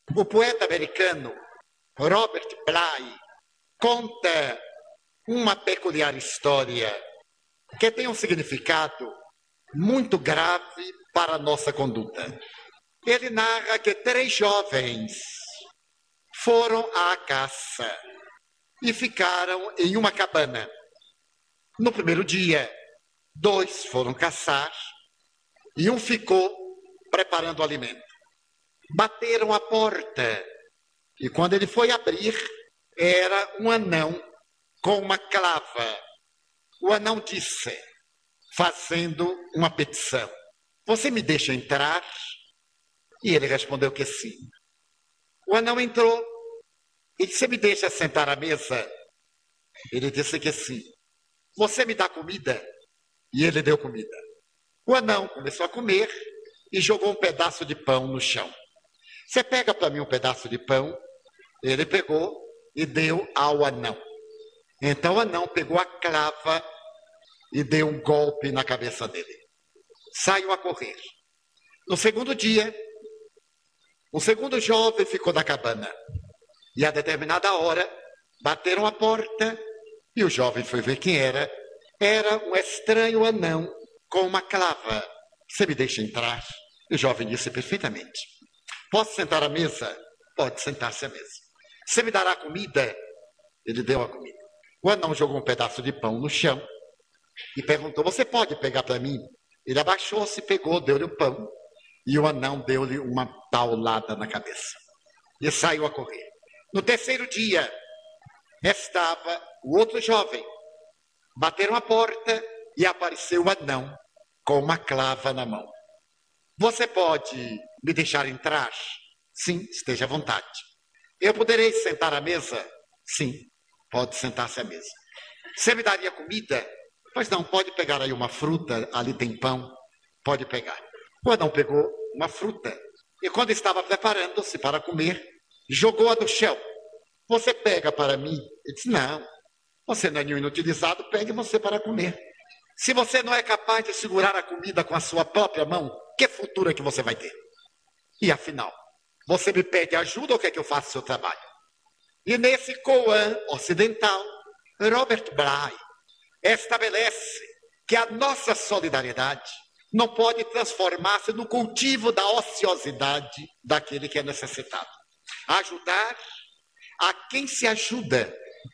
O poeta americano Robert Bly conta uma peculiar história que tem um significado muito grave para a nossa conduta. Ele narra que 3 jovens foram à caça e ficaram em uma cabana. No primeiro dia, 2 foram caçar e um ficou preparando o alimento. Bateram a porta e quando ele foi abrir, era um anão com uma clava. O anão disse, fazendo uma petição: "Você me deixa entrar?" E ele respondeu que sim. O anão entrou e disse: "Você me deixa sentar à mesa?" Ele disse que sim. "Você me dá comida?" E ele deu comida. O anão começou a comer e jogou um pedaço de pão no chão. "Você pega para mim um pedaço de pão?" Ele pegou e deu ao anão. Então o anão pegou a clava e deu um golpe na cabeça dele. Saiu a correr. No segundo dia, o segundo jovem ficou na cabana. E a determinada hora, bateram a porta e o jovem foi ver quem era. Era um estranho anão com uma clava. "Você me deixa entrar?" E o jovem disse: "Perfeitamente." "Posso sentar à mesa?" "Pode sentar-se à mesa." "Você me dará comida?" Ele deu a comida. O anão jogou um pedaço de pão no chão e perguntou: "Você pode pegar para mim?" Ele abaixou-se, pegou, deu-lhe o pão e o anão deu-lhe uma paulada na cabeça e saiu a correr. No terceiro dia, estava o outro jovem. Bateram a porta e apareceu o anão com uma clava na mão. "Você pode me deixar entrar?" "Sim, esteja à vontade." "Eu poderei sentar à mesa?" "Sim, pode sentar-se à mesa." "Você me daria comida?" "Pois não, pode pegar aí uma fruta, ali tem pão, pode pegar." O anão pegou uma fruta e quando estava preparando-se para comer, jogou-a no chão. "Você pega para mim?" Ele disse: "Não, você não é nenhum inutilizado, pegue você para comer. Se você não é capaz de segurar a comida com a sua própria mão, que futuro é que você vai ter? E afinal, você me pede ajuda ou quer que eu faça o seu trabalho?" E nesse koan ocidental, Robert Bly estabelece que a nossa solidariedade não pode transformar-se no cultivo da ociosidade daquele que é necessitado. Ajudar a quem se ajuda,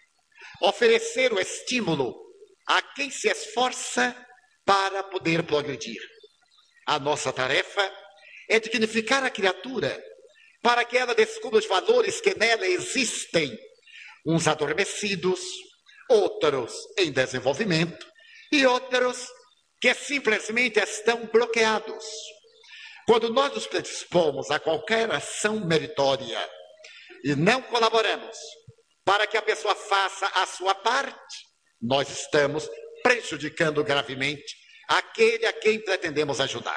oferecer o estímulo a quem se esforça para poder progredir. A nossa tarefa é dignificar a criatura para que ela descubra os valores que nela existem, uns adormecidos, outros em desenvolvimento e outros que simplesmente estão bloqueados. Quando nós nos predispomos a qualquer ação meritória e não colaboramos para que a pessoa faça a sua parte, nós estamos prejudicando gravemente aquele a quem pretendemos ajudar.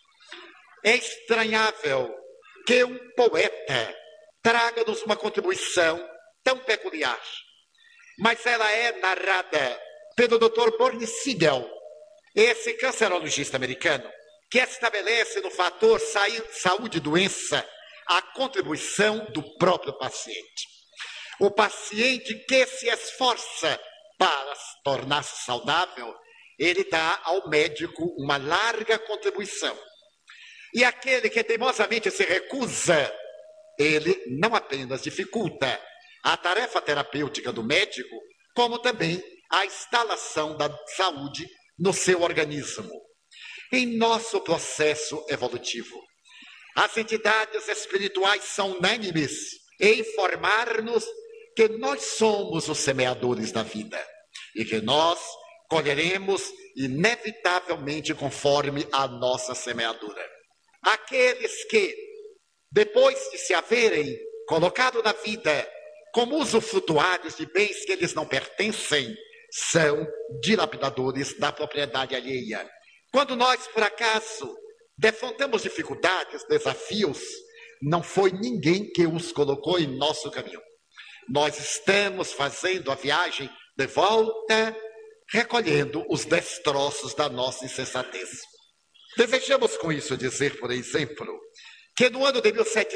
É estranhável que um poeta traga-nos uma contribuição tão peculiar, mas ela é narrada pelo Dr. Bernie Siegel, esse cancerologista americano, que estabelece no fator saúde e doença a contribuição do próprio paciente. O paciente que se esforça para tornar-se saudável, ele dá ao médico uma larga contribuição. E aquele que teimosamente se recusa, ele não apenas dificulta a tarefa terapêutica do médico, como também a instalação da saúde no seu organismo. Em nosso processo evolutivo, as entidades espirituais são unânimes em informar-nos que nós somos os semeadores da vida e que nós colheremos inevitavelmente conforme a nossa semeadura. Aqueles que, depois de se haverem colocado na vida como usufrutuários de bens que eles não pertencem, são dilapidadores da propriedade alheia. Quando nós, por acaso, defrontamos dificuldades, desafios, não foi ninguém que os colocou em nosso caminho. Nós estamos fazendo a viagem de volta, recolhendo os destroços da nossa insensatez. Desejamos com isso dizer, por exemplo, que no ano de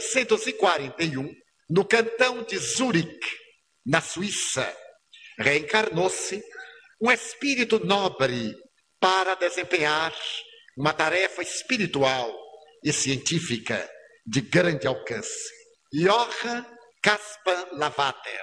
1741, no cantão de Zurique, na Suíça, reencarnou-se um espírito nobre para desempenhar uma tarefa espiritual e científica de grande alcance. Johann Caspar Lavater.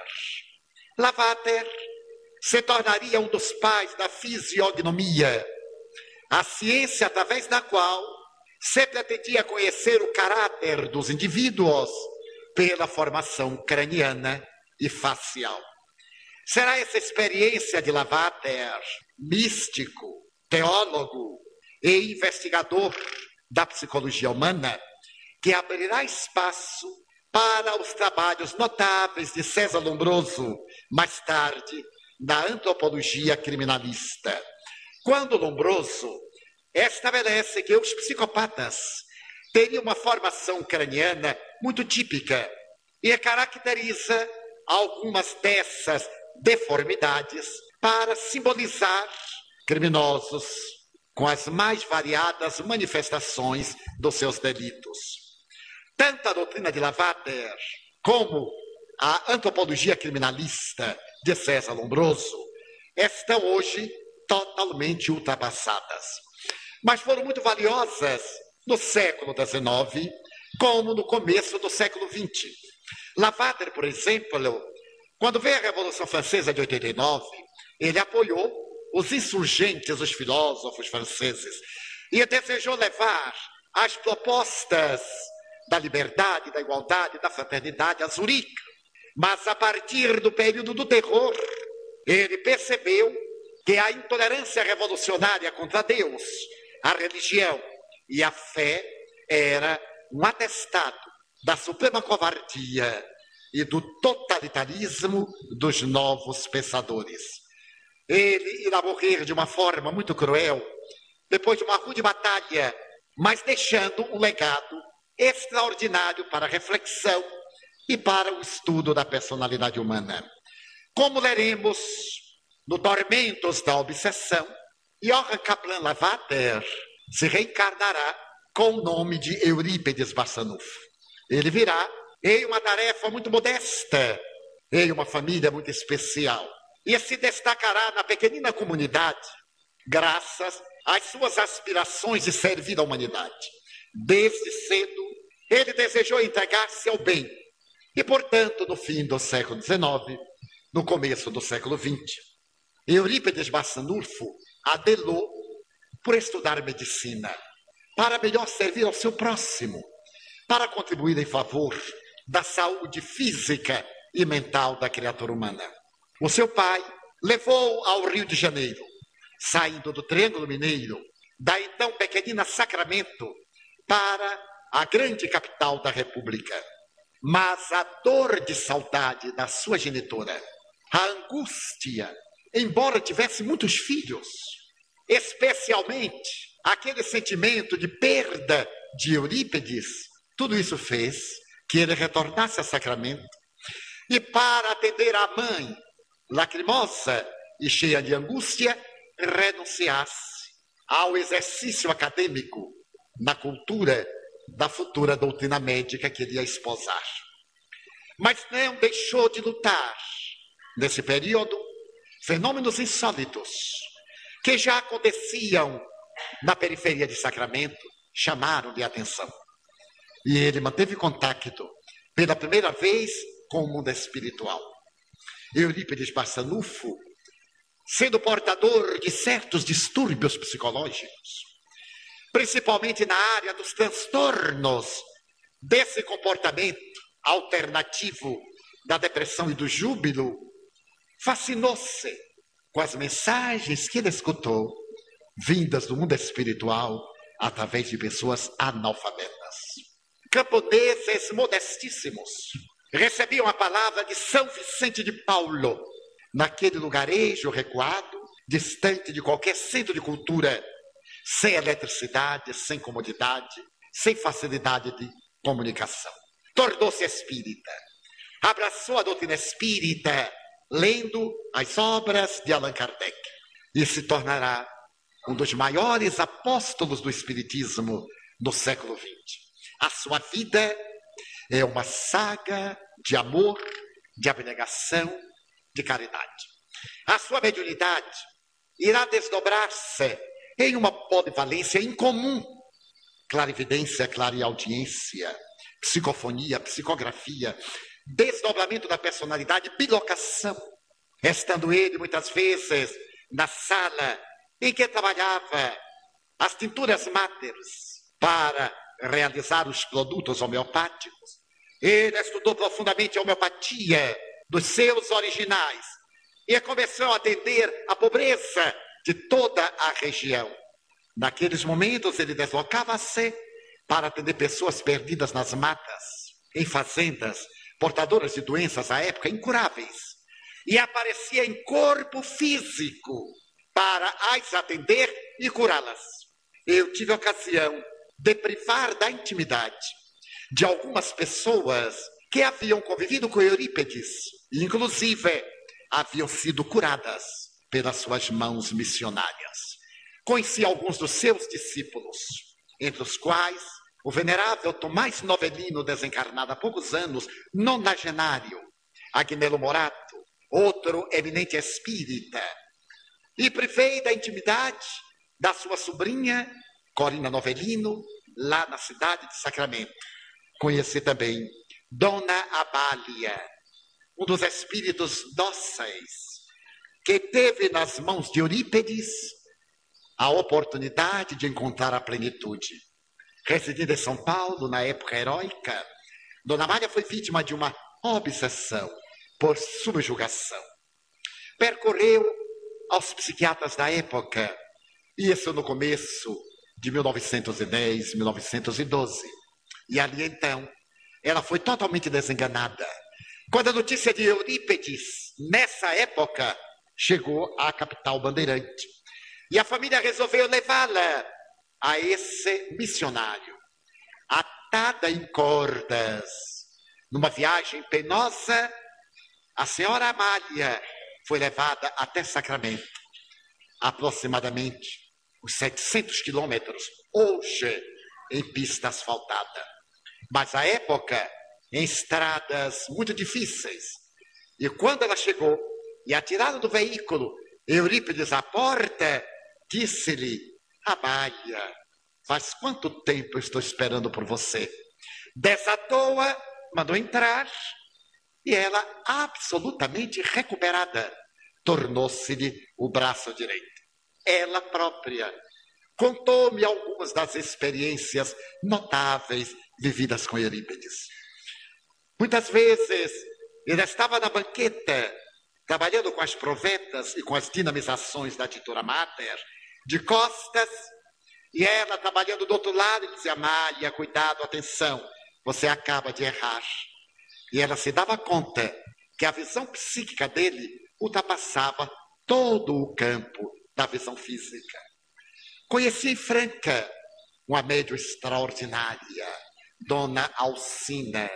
Lavater se tornaria um dos pais da fisiognomia, a ciência através da qual se pretendia conhecer o caráter dos indivíduos pela formação craniana e facial. Será essa experiência de Lavater, místico, teólogo e investigador da psicologia humana, que abrirá espaço para os trabalhos notáveis de César Lombroso, mais tarde, na antropologia criminalista. Quando Lombroso estabelece que os psicopatas teriam uma formação craniana muito típica e caracteriza algumas dessas deformidades para simbolizar criminosos com as mais variadas manifestações dos seus delitos. Tanto a doutrina de Lavater como a antropologia criminalista de César Lombroso estão hoje totalmente ultrapassadas, mas foram muito valiosas no século XIX, como no começo do século XX. Lavater, por exemplo, quando veio a Revolução Francesa de 89, ele apoiou os insurgentes, os filósofos franceses, e desejou levar as propostas da liberdade, da igualdade, da fraternidade a Zurique. Mas a partir do período do terror, ele percebeu que a intolerância revolucionária contra Deus, a religião e a fé era um atestado da suprema covardia e do totalitarismo dos novos pensadores. Ele irá morrer de uma forma muito cruel, depois de uma rude batalha, mas deixando um legado extraordinário para a reflexão e para o estudo da personalidade humana. Como leremos no Tormentos da Obsessão, Johann Kaplan Lavater se reencarnará com o nome de Eurípides Barçanufo. Ele virá em uma tarefa muito modesta, em uma família muito especial, e se destacará na pequenina comunidade, graças às suas aspirações de servir à humanidade. Desde cedo, ele desejou entregar-se ao bem, e, portanto, no fim do século XIX, no começo do século XX, Eurípides Barçanufo adelou por estudar medicina, para melhor servir ao seu próximo, para contribuir em favor da saúde física e mental da criatura humana. O seu pai levou ao Rio de Janeiro, saindo do Triângulo Mineiro, da então pequenina Sacramento, para a grande capital da República. Mas a dor de saudade da sua genitora, a angústia, embora tivesse muitos filhos, especialmente aquele sentimento de perda de Eurípides, tudo isso fez que ele retornasse a Sacramento e, para atender a mãe, lacrimosa e cheia de angústia, renunciasse ao exercício acadêmico na cultura da futura doutrina médica que ele ia esposar. Mas não deixou de lutar, nesse período, fenômenos insólitos que já aconteciam na periferia de Sacramento, chamaram-lhe a atenção. E ele manteve contato, pela primeira vez, com o mundo espiritual. Eurípides Barçanufo, sendo portador de certos distúrbios psicológicos, principalmente na área dos transtornos desse comportamento alternativo da depressão e do júbilo, fascinou-se com as mensagens que ele escutou, vindas do mundo espiritual, através de pessoas analfabetas. Camponeses modestíssimos recebiam a palavra de São Vicente de Paulo, naquele lugarejo recuado, distante de qualquer centro de cultura, sem eletricidade, sem comodidade, sem facilidade de comunicação. Tornou-se espírita. Abraçou a doutrina espírita, lendo as obras de Allan Kardec, e se tornará um dos maiores apóstolos do espiritismo no século XX. A sua vida é uma saga de amor, de abnegação, de caridade. A sua mediunidade irá desdobrar-se em uma polivalência incomum: clarividência, clareaudiência, psicofonia, psicografia, desdobramento da personalidade, bilocação, estando ele muitas vezes na sala em que trabalhava as tinturas máteres para realizar os produtos homeopáticos. Ele estudou profundamente a homeopatia dos seus originais e começou a atender a pobreza de toda a região. Naqueles momentos ele deslocava-se para atender pessoas perdidas nas matas, em fazendas, portadoras de doenças à época incuráveis, e aparecia em corpo físico para as atender e curá-las. Eu tive a ocasião de privar da intimidade de algumas pessoas que haviam convivido com Eurípides e, inclusive, haviam sido curadas pelas suas mãos missionárias. Conheci alguns dos seus discípulos, entre os quais o venerável Tomás Novelino, desencarnado há poucos anos, nonagenário, Agnello Morato, outro eminente espírita, e privei da intimidade da sua sobrinha, Corina Novelino, lá na cidade de Sacramento. Conheci também Dona Abália, um dos espíritos dóceis, que teve nas mãos de Eurípides a oportunidade de encontrar a plenitude. Residindo em São Paulo, na época heróica, Dona Amália foi vítima de uma obsessão por subjugação. Percorreu aos psiquiatras da época, isso no começo de 1910, 1912. E ali então, ela foi totalmente desenganada. Quando a notícia de Eurípides, nessa época, chegou à capital bandeirante. E a família resolveu levá-la a esse missionário, atada em cordas. Numa viagem penosa, a senhora Amália foi levada até Sacramento, aproximadamente os 700 quilômetros, hoje em pista asfaltada. Mas à época, em estradas muito difíceis. E quando ela chegou e a tiraram do veículo, Eurípides à porta, disse-lhe: Amália, faz quanto tempo eu estou esperando por você? Desatou-a, mandou entrar, e ela, absolutamente recuperada, tornou-se-lhe o braço direito. Ela própria contou-me algumas das experiências notáveis vividas com Eurípides. Muitas vezes ele estava na banqueta, trabalhando com as provetas e com as dinamizações da tintura máter, de costas, e ela trabalhando do outro lado e dizia: Amália, cuidado, atenção, você acaba de errar. E ela se dava conta que a visão psíquica dele ultrapassava todo o campo da visão física. Conheci em Franca uma médium extraordinária, Dona Alcina,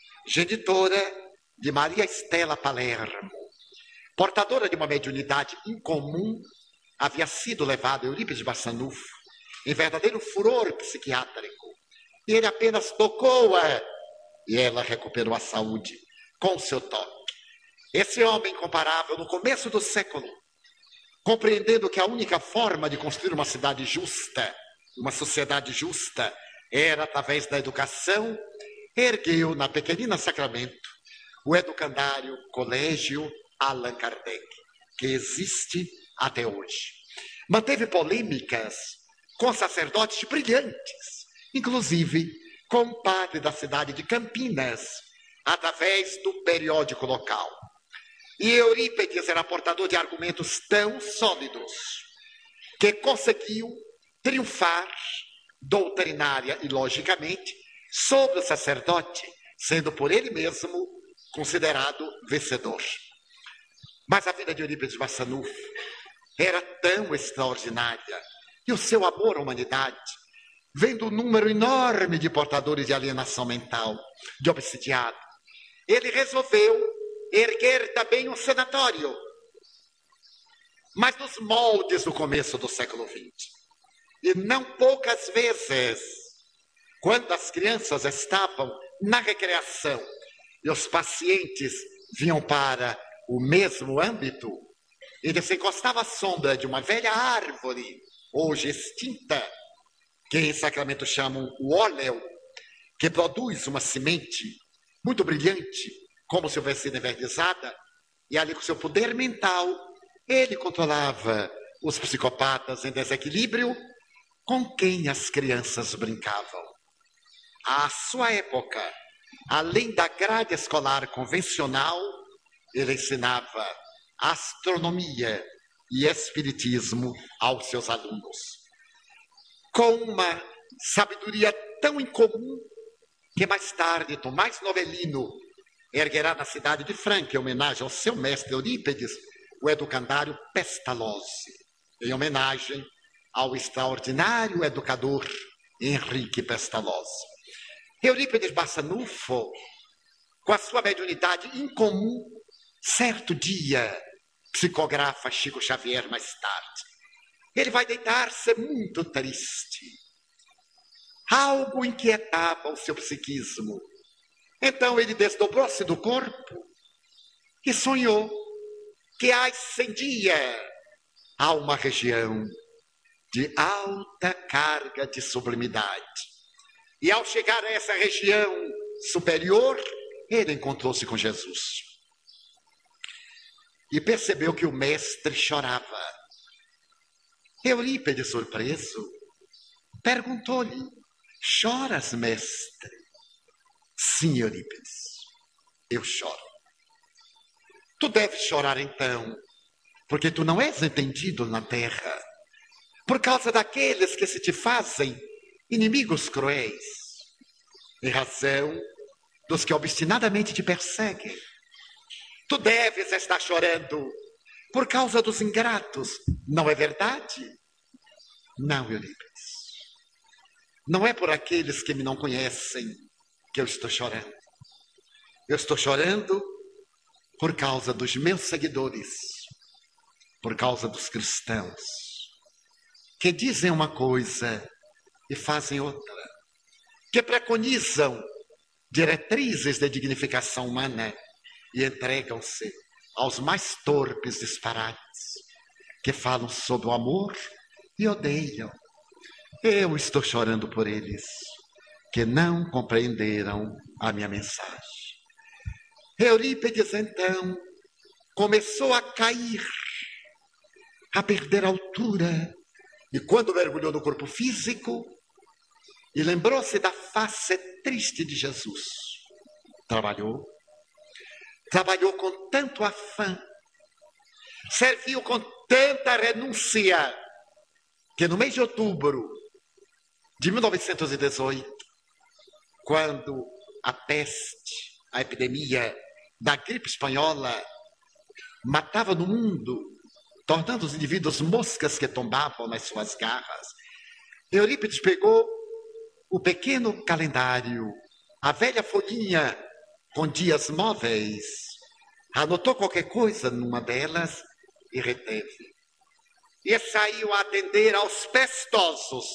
genitora de Maria Estela Palermo, portadora de uma mediunidade incomum, havia sido levada a Eurípides Barçanufo em verdadeiro furor psiquiátrico. E ele apenas tocou-a e ela recuperou a saúde com o seu toque. Esse homem incomparável, no começo do século, compreendendo que a única forma de construir uma cidade justa, uma sociedade justa, era através da educação, ergueu na pequenina Sacramento o educandário Colégio Allan Kardec, que existe até hoje. Manteve polêmicas com sacerdotes brilhantes, inclusive com o padre da cidade de Campinas, através do periódico local. E Eurípides era portador de argumentos tão sólidos que conseguiu triunfar doutrinária e logicamente sobre o sacerdote, sendo por ele mesmo considerado vencedor. Mas a vida de Eurípides Barçanufo era tão extraordinária, e o seu amor à humanidade, vendo o número enorme de portadores de alienação mental, de obsidiado, ele resolveu erguer também um sanatório, mas nos moldes do começo do século XX. E não poucas vezes quando as crianças estavam na recreação e os pacientes vinham para o mesmo âmbito, ele se encostava à sombra de uma velha árvore, hoje extinta, que em Sacramento chamam o óleo, que produz uma semente muito brilhante, como se houvesse sido enverdezada, e ali com seu poder mental, ele controlava os psicopatas em desequilíbrio com quem as crianças brincavam. À sua época, além da grade escolar convencional, ele ensinava astronomia e espiritismo aos seus alunos, com uma sabedoria tão incomum que mais tarde Tomás Novelino erguerá na cidade de Franca, em homenagem ao seu mestre Eurípides, o educandário Pestalozzi, em homenagem ao extraordinário educador Henrique Pestalozzi. Eurípides Barçanufo, com a sua mediunidade incomum, certo dia, psicografa Chico Xavier mais tarde. Ele vai deitar-se muito triste. Algo inquietava o seu psiquismo. Então ele desdobrou-se do corpo e sonhou que ascendia a uma região de alta carga de sublimidade. E ao chegar a essa região superior, ele encontrou-se com Jesus. E percebeu que o mestre chorava. Eurípides, surpreso, perguntou-lhe: choras, mestre? Sim, Eurípides, eu choro. Tu deves chorar então, porque tu não és entendido na terra, por causa daqueles que se te fazem inimigos cruéis, em razão dos que obstinadamente te perseguem. Tu deves estar chorando por causa dos ingratos, não é verdade? Não, Eurípides. Não é por aqueles que me não conhecem que eu estou chorando. Eu estou chorando por causa dos meus seguidores, por causa dos cristãos, que dizem uma coisa e fazem outra, que preconizam diretrizes de dignificação humana e entregam-se aos mais torpes disparates, que falam sobre o amor e odeiam. Eu estou chorando por eles, que não compreenderam a minha mensagem. Eurípides, então, começou a cair, a perder altura, e quando mergulhou no corpo físico, e lembrou-se da face triste de Jesus, trabalhou com tanto afã, serviu com tanta renúncia, que no mês de outubro de 1918, quando a peste, a epidemia da gripe espanhola matava no mundo, tornando os indivíduos moscas que tombavam nas suas garras, Eurípides pegou o pequeno calendário, a velha folhinha com dias móveis, anotou qualquer coisa numa delas e reteve. E saiu a atender aos pestosos,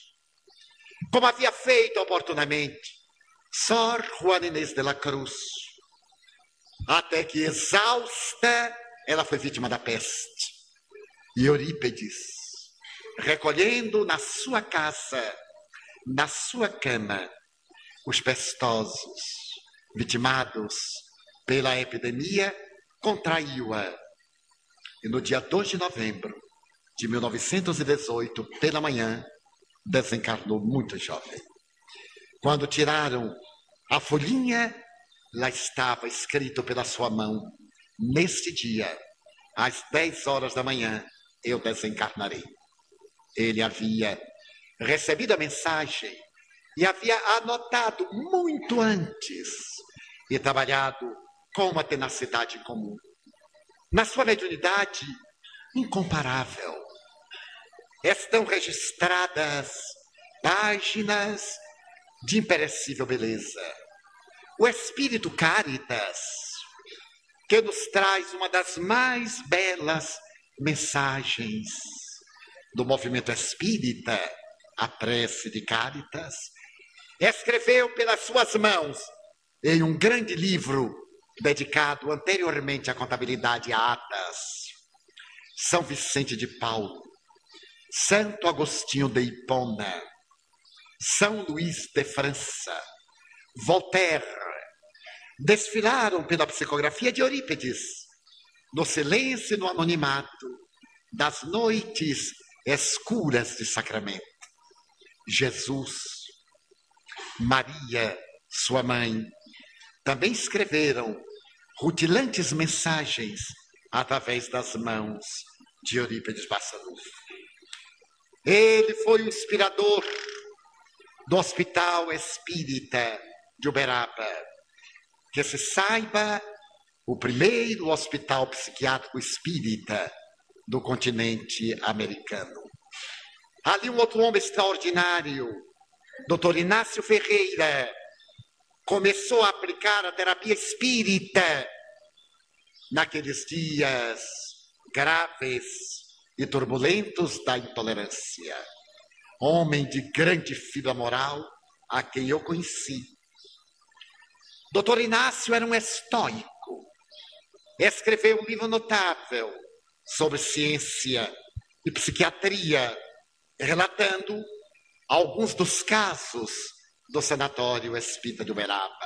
como havia feito oportunamente Sor Juana Inês de la Cruz, até que, exausta, ela foi vítima da peste. E Eurípides, recolhendo na sua casa, na sua cama, os pestosos, vitimados pela epidemia, contraiu-a. E no dia 2 de novembro de 1918, pela manhã, desencarnou muito jovem. Quando tiraram a folhinha, lá estava escrito pela sua mão: neste dia, às 10 horas da manhã, eu desencarnarei. Ele havia recebido a mensagem e havia anotado muito antes e trabalhado com uma tenacidade comum. Na sua mediunidade incomparável, estão registradas páginas de imperecível beleza. O Espírito Caritas, que nos traz uma das mais belas mensagens do movimento espírita, a prece de Caritas, escreveu pelas suas mãos em um grande livro dedicado anteriormente à contabilidade e a atas, São Vicente de Paulo, Santo Agostinho de Hipona, São Luís de França, Voltaire, desfilaram pela psicografia de Eurípides, no silêncio e no anonimato das noites escuras de Sacramento. Jesus, Maria, sua mãe, também escreveram rutilantes mensagens através das mãos de Eurípides Barçanufo. Ele foi o inspirador do Hospital Espírita de Uberaba, que se saiba, o primeiro hospital psiquiátrico espírita do continente americano. Ali um outro homem extraordinário, Dr. Inácio Ferreira, começou a aplicar a terapia espírita naqueles dias graves e turbulentos da intolerância. Homem de grande fibra moral, a quem eu conheci. Dr. Inácio era um estoico. Escreveu um livro notável sobre ciência e psiquiatria, relatando alguns dos casos do Sanatório Espírita de Uberaba.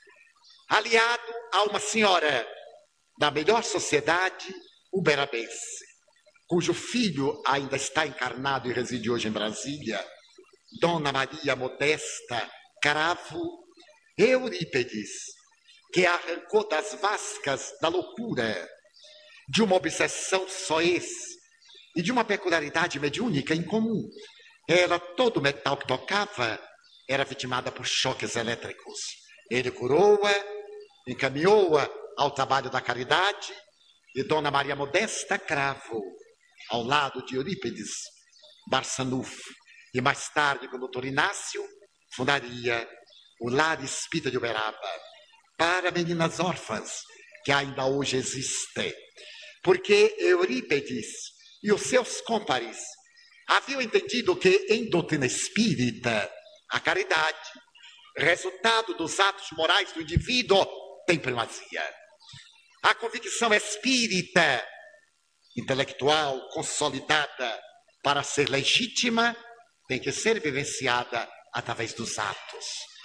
Aliado a uma senhora da melhor sociedade uberabense, cujo filho ainda está encarnado e reside hoje em Brasília, Dona Maria Modesta Cravo, Eurípides, que arrancou das vascas da loucura, de uma obsessão soez e de uma peculiaridade mediúnica incomum. Ela, todo metal que tocava, era vitimada por choques elétricos. Ele curou-a, encaminhou-a ao trabalho da caridade, e Dona Maria Modesta Cravo, ao lado de Eurípides Barçanufo, e mais tarde com o Dr. Inácio, fundaria o Lar Espírita de Uberaba para meninas órfãs, que ainda hoje existe. Porque Eurípides e os seus cômpares haviam entendido que em doutrina espírita, a caridade, resultado dos atos morais do indivíduo, tem primazia. A convicção espírita, intelectual, consolidada, para ser legítima, tem que ser vivenciada através dos atos.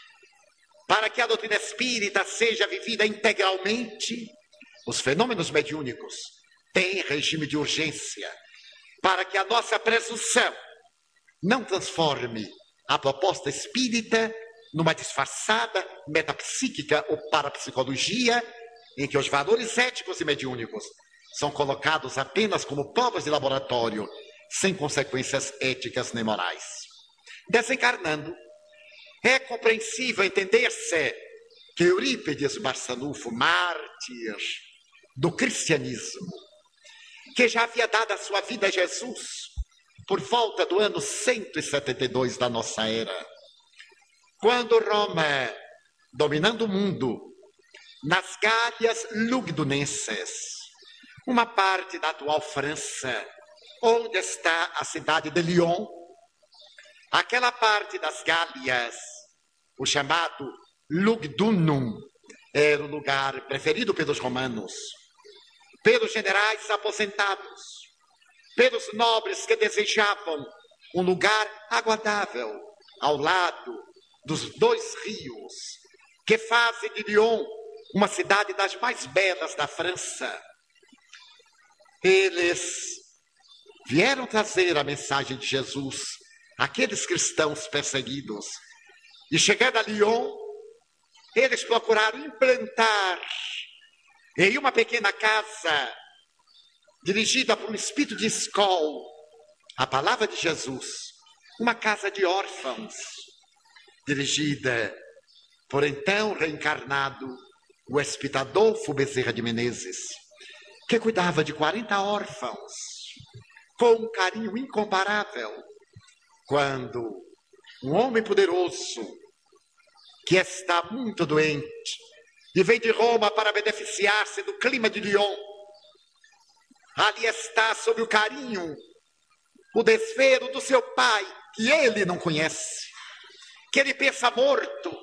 Para que a doutrina espírita seja vivida integralmente, os fenômenos mediúnicos têm regime de urgência, para que a nossa presunção não transforme a proposta espírita numa disfarçada metapsíquica ou parapsicologia, em que os valores éticos e mediúnicos são colocados apenas como provas de laboratório, sem consequências éticas nem morais. Desencarnando, é compreensível entender-se que Eurípides Barçanufo, mártir do cristianismo, que já havia dado a sua vida a Jesus por volta do ano 172 da nossa era, quando Roma, dominando o mundo, nas Gálias Lugdunenses, uma parte da atual França, onde está a cidade de Lyon, aquela parte das Gálias, o chamado Lugdunum, era o lugar preferido pelos romanos, pelos generais aposentados, pelos nobres que desejavam um lugar agradável ao lado dos dois rios, que fazem de Lyon uma cidade das mais belas da França. Eles vieram trazer a mensagem de Jesus àqueles cristãos perseguidos. E chegando a Lyon, eles procuraram implantar em uma pequena casa, dirigida por um espírito de escola, a palavra de Jesus, uma casa de órfãos, dirigida por então reencarnado o espírito Adolfo Bezerra de Menezes, que cuidava de 40 órfãos, com um carinho incomparável, quando um homem poderoso, que está muito doente, e vem de Roma para beneficiar-se do clima de Lyon, ali está, sob o carinho, o desvelo do seu pai, que ele não conhece, que ele pensa morto.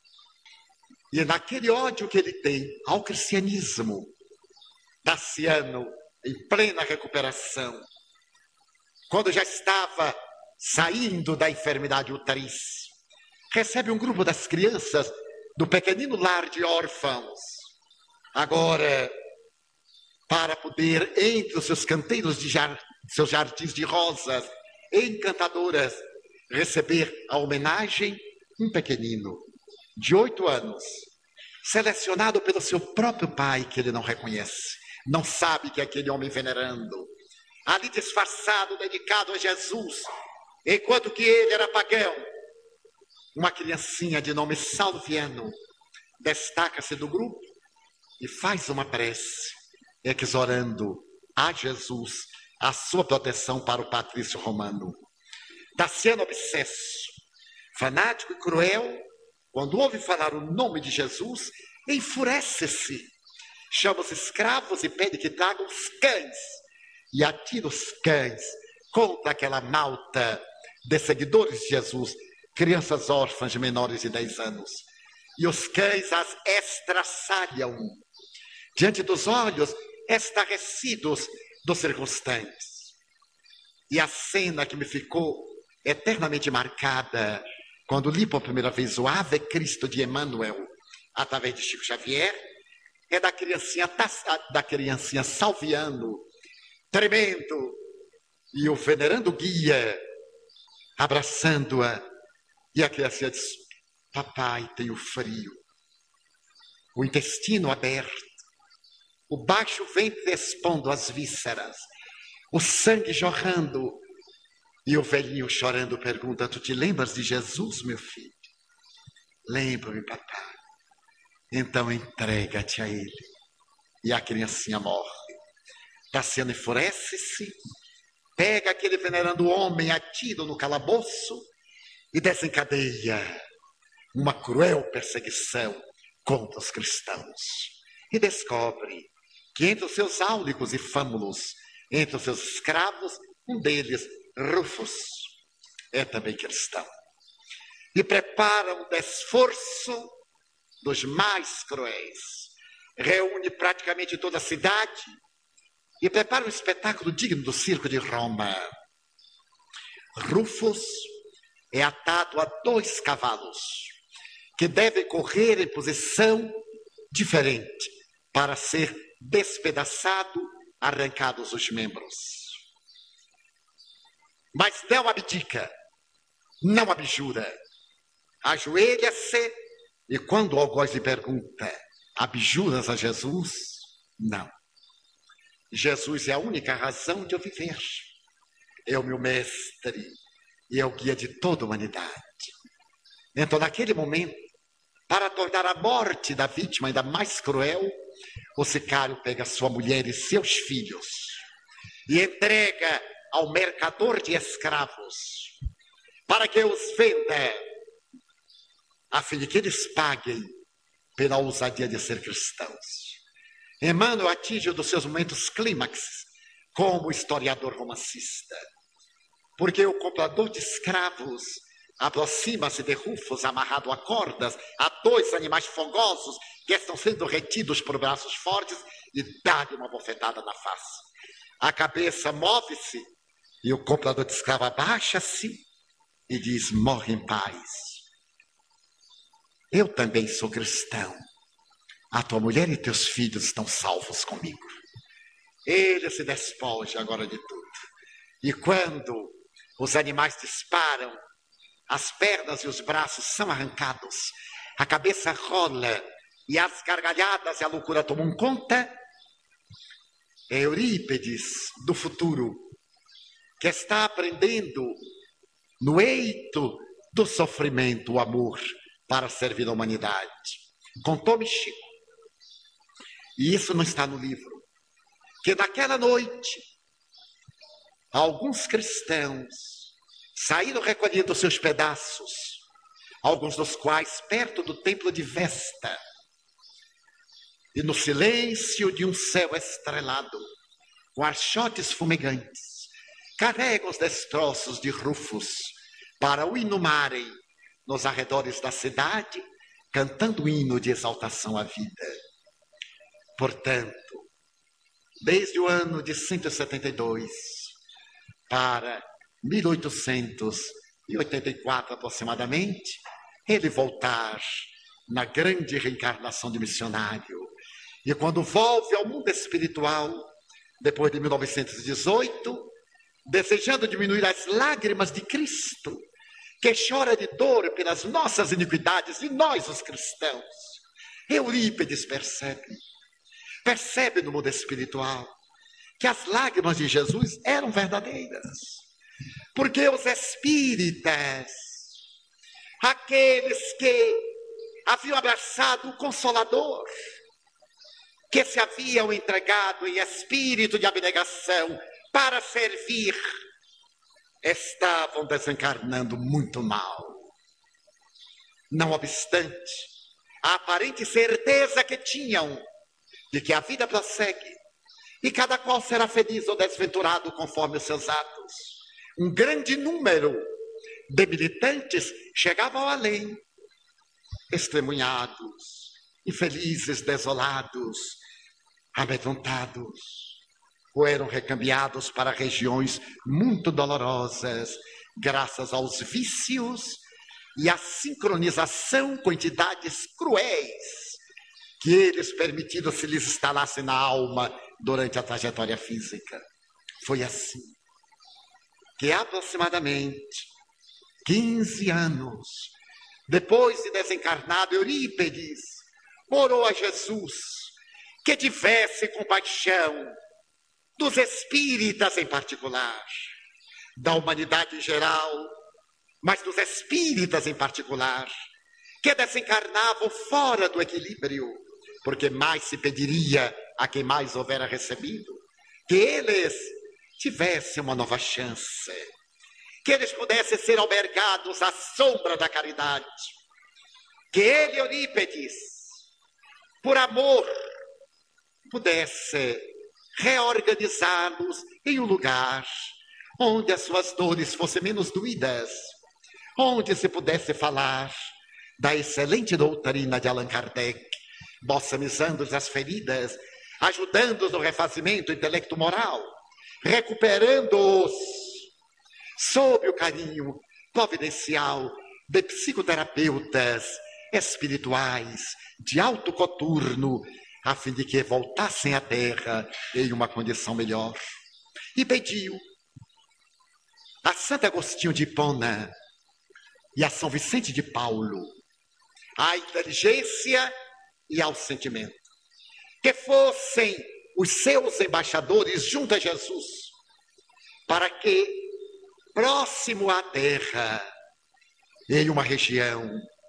E naquele ódio que ele tem ao cristianismo, Daciano, em plena recuperação, quando já estava saindo da enfermidade uterícia, recebe um grupo das crianças do pequenino lar de órfãos. Agora, para poder, entre os seus canteiros de seus jardins de rosas encantadoras, receber a homenagem, um pequenino de 8 anos, selecionado pelo seu próprio pai, que ele não reconhece, não sabe que é aquele homem venerando, ali disfarçado, dedicado a Jesus, enquanto que ele era pagão. Uma criancinha de nome Salviano destaca-se do grupo e faz uma prece, exorando a Jesus a sua proteção para o patrício romano. Daciano obsesso, fanático e cruel, quando ouve falar o nome de Jesus, enfurece-se, chama os escravos e pede que tragam os cães, e atira os cães contra aquela malta de seguidores de Jesus, crianças órfãs de menores de 10 anos. E os cães as estraçalham diante dos olhos estarrecidos dos circunstantes. E a cena que me ficou eternamente marcada, quando li por primeira vez o Ave Cristo de Emmanuel, através de Chico Xavier, é da criancinha Salviano, tremendo, e o venerando guia, abraçando-a, e a criança diz: papai, tenho frio, o intestino aberto, o baixo ventre expondo as vísceras, o sangue jorrando, e o velhinho chorando pergunta: tu te lembras de Jesus, meu filho? Lembro-me, papai. Então entrega-te a ele. E a criancinha morre. Daciano enfurece-se, pega aquele venerando homem, atira no calabouço e desencadeia uma cruel perseguição contra os cristãos. E descobre que entre os seus áulicos e fâmulos, entre os seus escravos, um deles, Rufus, é também cristão. E prepara um desforço dos mais cruéis. Reúne praticamente toda a cidade e prepara um espetáculo digno do circo de Roma. Rufus é atado a 2 cavalos que devem correr em posição diferente para ser despedaçado, arrancados os membros. Mas não abdica, não abjura, ajoelha-se e quando o algoz lhe pergunta: abjuras a Jesus? Não. Jesus é a única razão de eu viver. É o meu mestre e é o guia de toda a humanidade. Então, naquele momento, para tornar a morte da vítima ainda mais cruel, o sicário pega sua mulher e seus filhos e entrega ao mercador de escravos para que os venda, a fim de que eles paguem pela ousadia de ser cristãos. Emmanuel atinge um dos seus momentos clímax como historiador romancista, porque o comprador de escravos aproxima-se de Rufus amarrado a cordas, a 2 animais fogosos que estão sendo retidos por braços fortes, e dá-lhe uma bofetada na face. A cabeça move-se e o comprador de escravo abaixa-se e diz: morre em paz. Eu também sou cristão. A tua mulher e teus filhos estão salvos comigo. Ele se despoja agora de tudo. E quando os animais disparam, as pernas e os braços são arrancados, a cabeça rola e as gargalhadas e a loucura tomam conta, é Eurípides do futuro, que está aprendendo no eito do sofrimento o amor para servir a humanidade. Contou-me Chico, e isso não está no livro, que naquela noite alguns cristãos saíram recolhendo seus pedaços, alguns dos quais perto do templo de Vesta, e no silêncio de um céu estrelado, com archotes fumegantes, carregam os destroços de Rufus para o inumarem nos arredores da cidade, cantando o hino de exaltação à vida. Portanto, desde o ano de 172 para 1884 aproximadamente, ele voltar na grande reencarnação de missionário. E quando volve ao mundo espiritual, depois de 1918, desejando diminuir as lágrimas de Cristo, que chora de dor pelas nossas iniquidades, de nós os cristãos, Eurípides percebe no mundo espiritual que as lágrimas de Jesus eram verdadeiras, porque os espíritas, aqueles que haviam abraçado o Consolador, que se haviam entregado em espírito de abnegação para servir, estavam desencarnando muito mal. Não obstante, a aparente certeza que tinham de que a vida prossegue e cada qual será feliz ou desventurado conforme os seus atos, um grande número de militantes chegavam ao além, extremunhados, infelizes, desolados, amedrontados, ou eram recambiados para regiões muito dolorosas, graças aos vícios e à sincronização com entidades cruéis que eles permitiram se lhes instalasse na alma durante a trajetória física. Foi assim que aproximadamente 15 anos depois de desencarnado, Eurípides orou a Jesus que tivesse compaixão dos espíritas em particular, da humanidade em geral, mas dos espíritas em particular, que desencarnavam fora do equilíbrio, porque mais se pediria a quem mais houvera recebido, que eles tivessem uma nova chance, que eles pudessem ser albergados à sombra da caridade, que ele, Eurípides, por amor, pudesse reorganizá-los em um lugar onde as suas dores fossem menos doídas, onde se pudesse falar da excelente doutrina de Allan Kardec, balsamizando-lhes as feridas, ajudando-os no refazimento intelecto-moral, recuperando-os sob o carinho providencial de psicoterapeutas espirituais de alto coturno, a fim de que voltassem à Terra em uma condição melhor. E pediu a Santo Agostinho de Hipona e a São Vicente de Paulo a inteligência e ao sentimento, que fossem os seus embaixadores junto a Jesus, para que, próximo à Terra, em uma região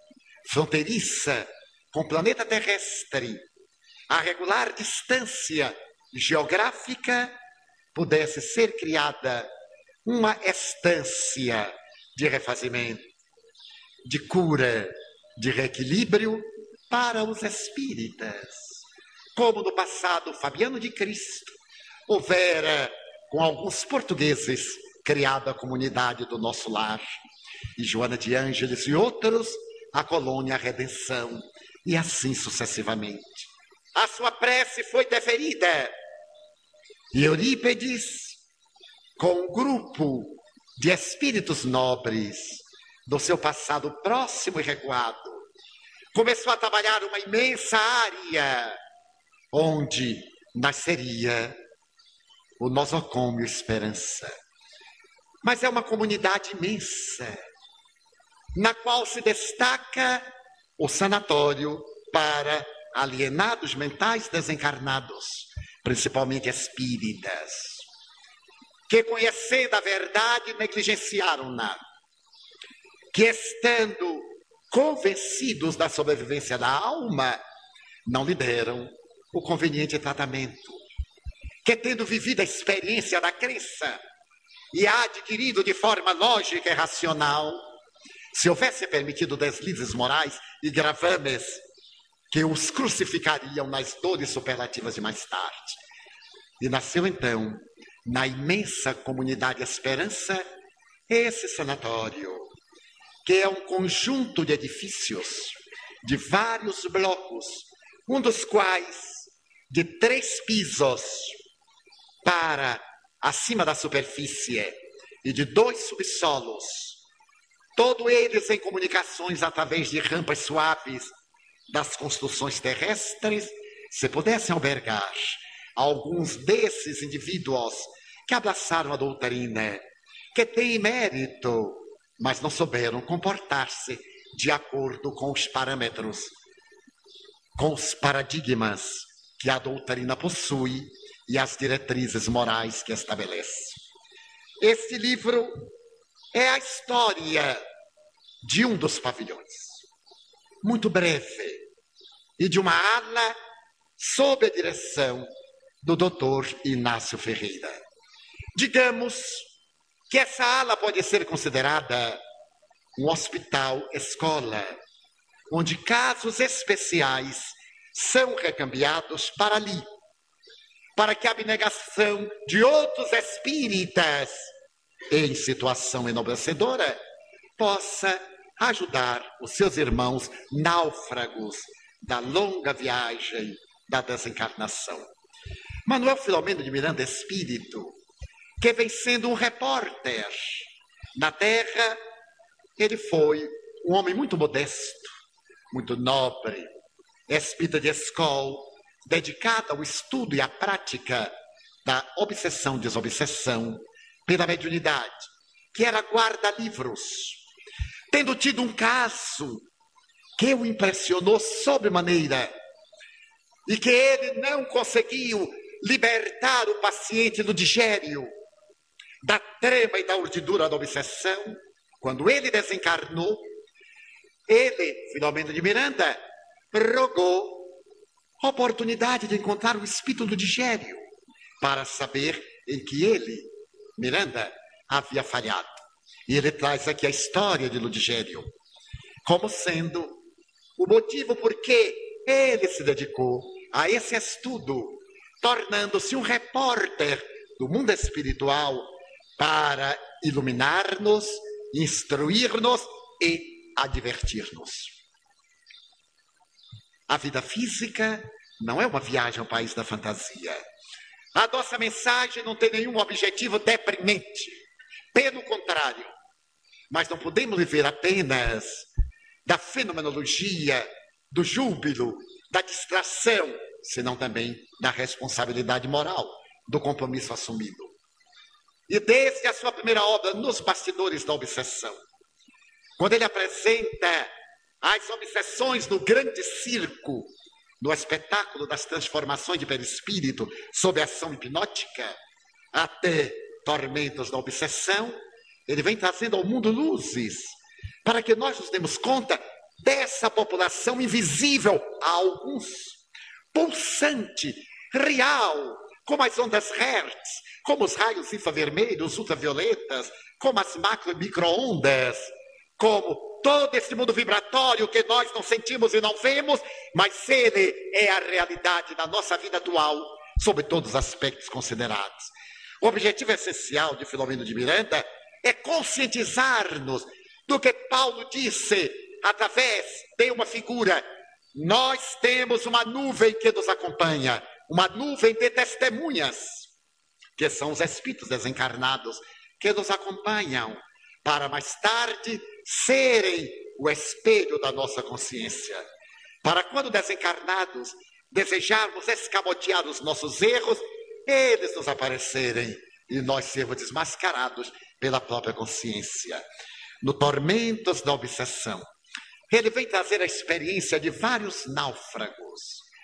fronteiriça com o planeta terrestre, a regular distância geográfica, pudesse ser criada uma estância de refazimento, de cura, de reequilíbrio para os espíritas. Como no passado Fabiano de Cristo houvera com alguns portugueses criado a comunidade do Nosso Lar, e Joana de Ângeles e outros, a colônia Redenção, e assim sucessivamente. A sua prece foi deferida, e Eurípides, com um grupo de espíritos nobres do seu passado próximo e recuado, começou a trabalhar uma imensa área onde nasceria o nosocômio Esperança. Mas é uma comunidade imensa, na qual se destaca o sanatório para alienados mentais desencarnados, principalmente espíritas, que conhecendo a verdade negligenciaram-na, que estando convencidos da sobrevivência da alma, não lhe deram o conveniente tratamento, que tendo vivido a experiência da crença e adquirido de forma lógica e racional, se houvesse permitido deslizes morais e gravames que os crucificariam nas dores superlativas de mais tarde. E nasceu então, na imensa comunidade Esperança, esse sanatório, que é um conjunto de edifícios, de vários blocos, um dos quais de 3 pisos para acima da superfície e de 2 subsolos, todos eles em comunicações através de rampas suaves das construções terrestres, se pudessem albergar alguns desses indivíduos que abraçaram a doutrina, que têm mérito, mas não souberam comportar-se de acordo com os parâmetros, com os paradigmas que a doutrina possui e as diretrizes morais que estabelece. Este livro é a história de um dos pavilhões, muito breve, e de uma ala sob a direção do Dr. Inácio Ferreira. Digamos que essa ala pode ser considerada um hospital-escola, onde casos especiais são recambiados para ali, para que a abnegação de outros espíritas em situação enobrecedora possa ajudar os seus irmãos náufragos da longa viagem da desencarnação. Manuel Filomeno de Miranda Espírito, que vem sendo um repórter na Terra, ele foi um homem muito modesto, muito nobre, espírita de escola, dedicado ao estudo e à prática da obsessão-desobsessão pela mediunidade, que era guarda-livros, tendo tido um caso que o impressionou sobremaneira e que ele não conseguiu libertar o paciente do digério, da trema e da urdidura da obsessão. Quando ele desencarnou, ele, Filomeno de Miranda, rogou a oportunidade de encontrar o espírito do digério para saber em que ele, Miranda, havia falhado. E ele traz aqui a história de Ludigério como sendo o motivo por que ele se dedicou a esse estudo, tornando-se um repórter do mundo espiritual para iluminar-nos, instruir-nos e advertir-nos. A vida física não é uma viagem ao país da fantasia. A nossa mensagem não tem nenhum objetivo deprimente. Pelo contrário, mas não podemos viver apenas da fenomenologia, do júbilo, da distração, senão também da responsabilidade moral, do compromisso assumido. E desde a sua primeira obra, Nos Bastidores da Obsessão, quando ele apresenta as obsessões do grande circo, no espetáculo das transformações de perispírito sob ação hipnótica, até Tormentos da Obsessão, ele vem trazendo ao mundo luzes, para que nós nos demos conta dessa população invisível a alguns, pulsante, real, como as ondas Hertz, como os raios infravermelhos, ultravioletas, como as macro e micro-ondas, como todo esse mundo vibratório que nós não sentimos e não vemos, mas ele é a realidade da nossa vida atual, sob todos os aspectos considerados. O objetivo essencial de Filomeno de Miranda é conscientizar-nos do que Paulo disse através de uma figura. Nós temos uma nuvem que nos acompanha, uma nuvem de testemunhas, que são os espíritos desencarnados que nos acompanham, para mais tarde serem o espelho da nossa consciência. Para quando desencarnados, desejarmos escamotear os nossos erros, eles nos aparecerem e nós sermos desmascarados pela própria consciência. No Tormentos da Obsessão, ele vem trazer a experiência de vários náufragos.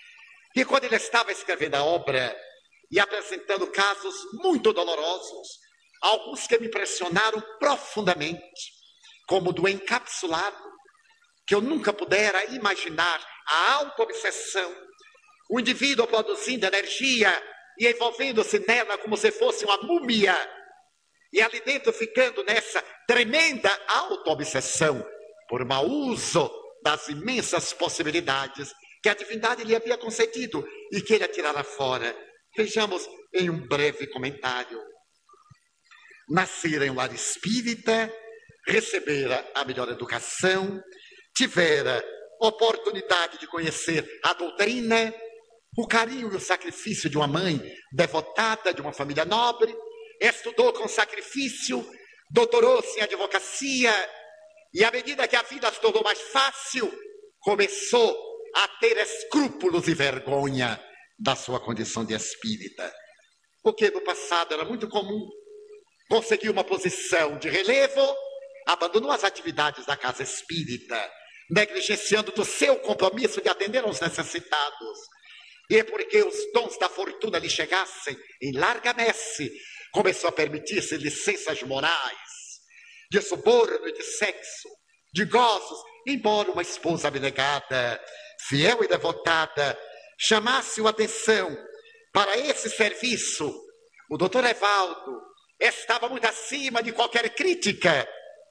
E quando ele estava escrevendo a obra e apresentando casos muito dolorosos, alguns que me impressionaram profundamente, como o do encapsulado, que eu nunca pudera imaginar a auto-obsessão, o indivíduo produzindo energia e envolvendo-se nela como se fosse uma múmia, e ali dentro ficando nessa tremenda auto-obsessão, por mau uso das imensas possibilidades que a divindade lhe havia concedido e que ele atirara fora. Vejamos em um breve comentário. Nascera em um lar espírita, recebera a melhor educação, tivera oportunidade de conhecer a doutrina, o carinho e o sacrifício de uma mãe devotada, de uma família nobre, estudou com sacrifício, doutorou-se em advocacia, e à medida que a vida se tornou mais fácil, começou a ter escrúpulos e vergonha da sua condição de espírita. Porque no passado era muito comum, conseguiu uma posição de relevo, abandonou as atividades da casa espírita, negligenciando do seu compromisso de atender aos necessitados. E porque os dons da fortuna lhe chegassem em larga messe, começou a permitir-se licenças morais, de suborno e de sexo, de gozos, embora uma esposa abnegada, fiel e devotada, chamasse-o atenção para esse serviço. O doutor Evaldo estava muito acima de qualquer crítica.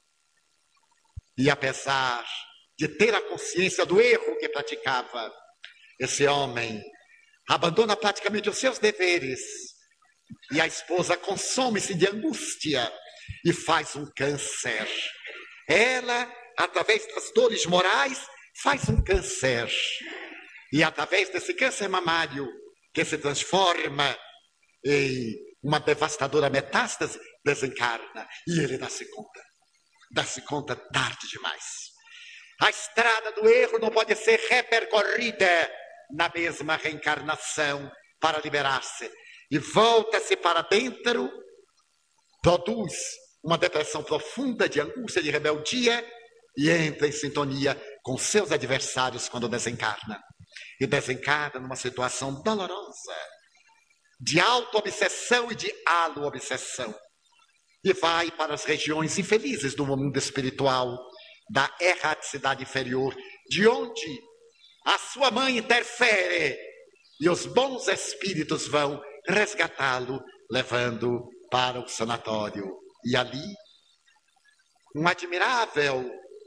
E apesar de ter a consciência do erro que praticava, esse homem abandona praticamente os seus deveres e a esposa consome-se de angústia e faz um câncer. Ela, através das dores morais, faz um câncer. E através desse câncer mamário, que se transforma em uma devastadora metástase, desencarna. E ele dá-se conta tarde demais. A estrada do erro não pode ser repercorrida na mesma reencarnação para liberar-se. E volta-se para dentro, produz uma depressão profunda de angústia, de rebeldia, e entra em sintonia com seus adversários quando desencarna. E desencarna numa situação dolorosa, de auto-obsessão e de alo-obsessão. E vai para as regiões infelizes do mundo espiritual, da erraticidade inferior, de onde a sua mãe interfere e os bons espíritos vão resgatá-lo, levando para o sanatório. E ali, um admirável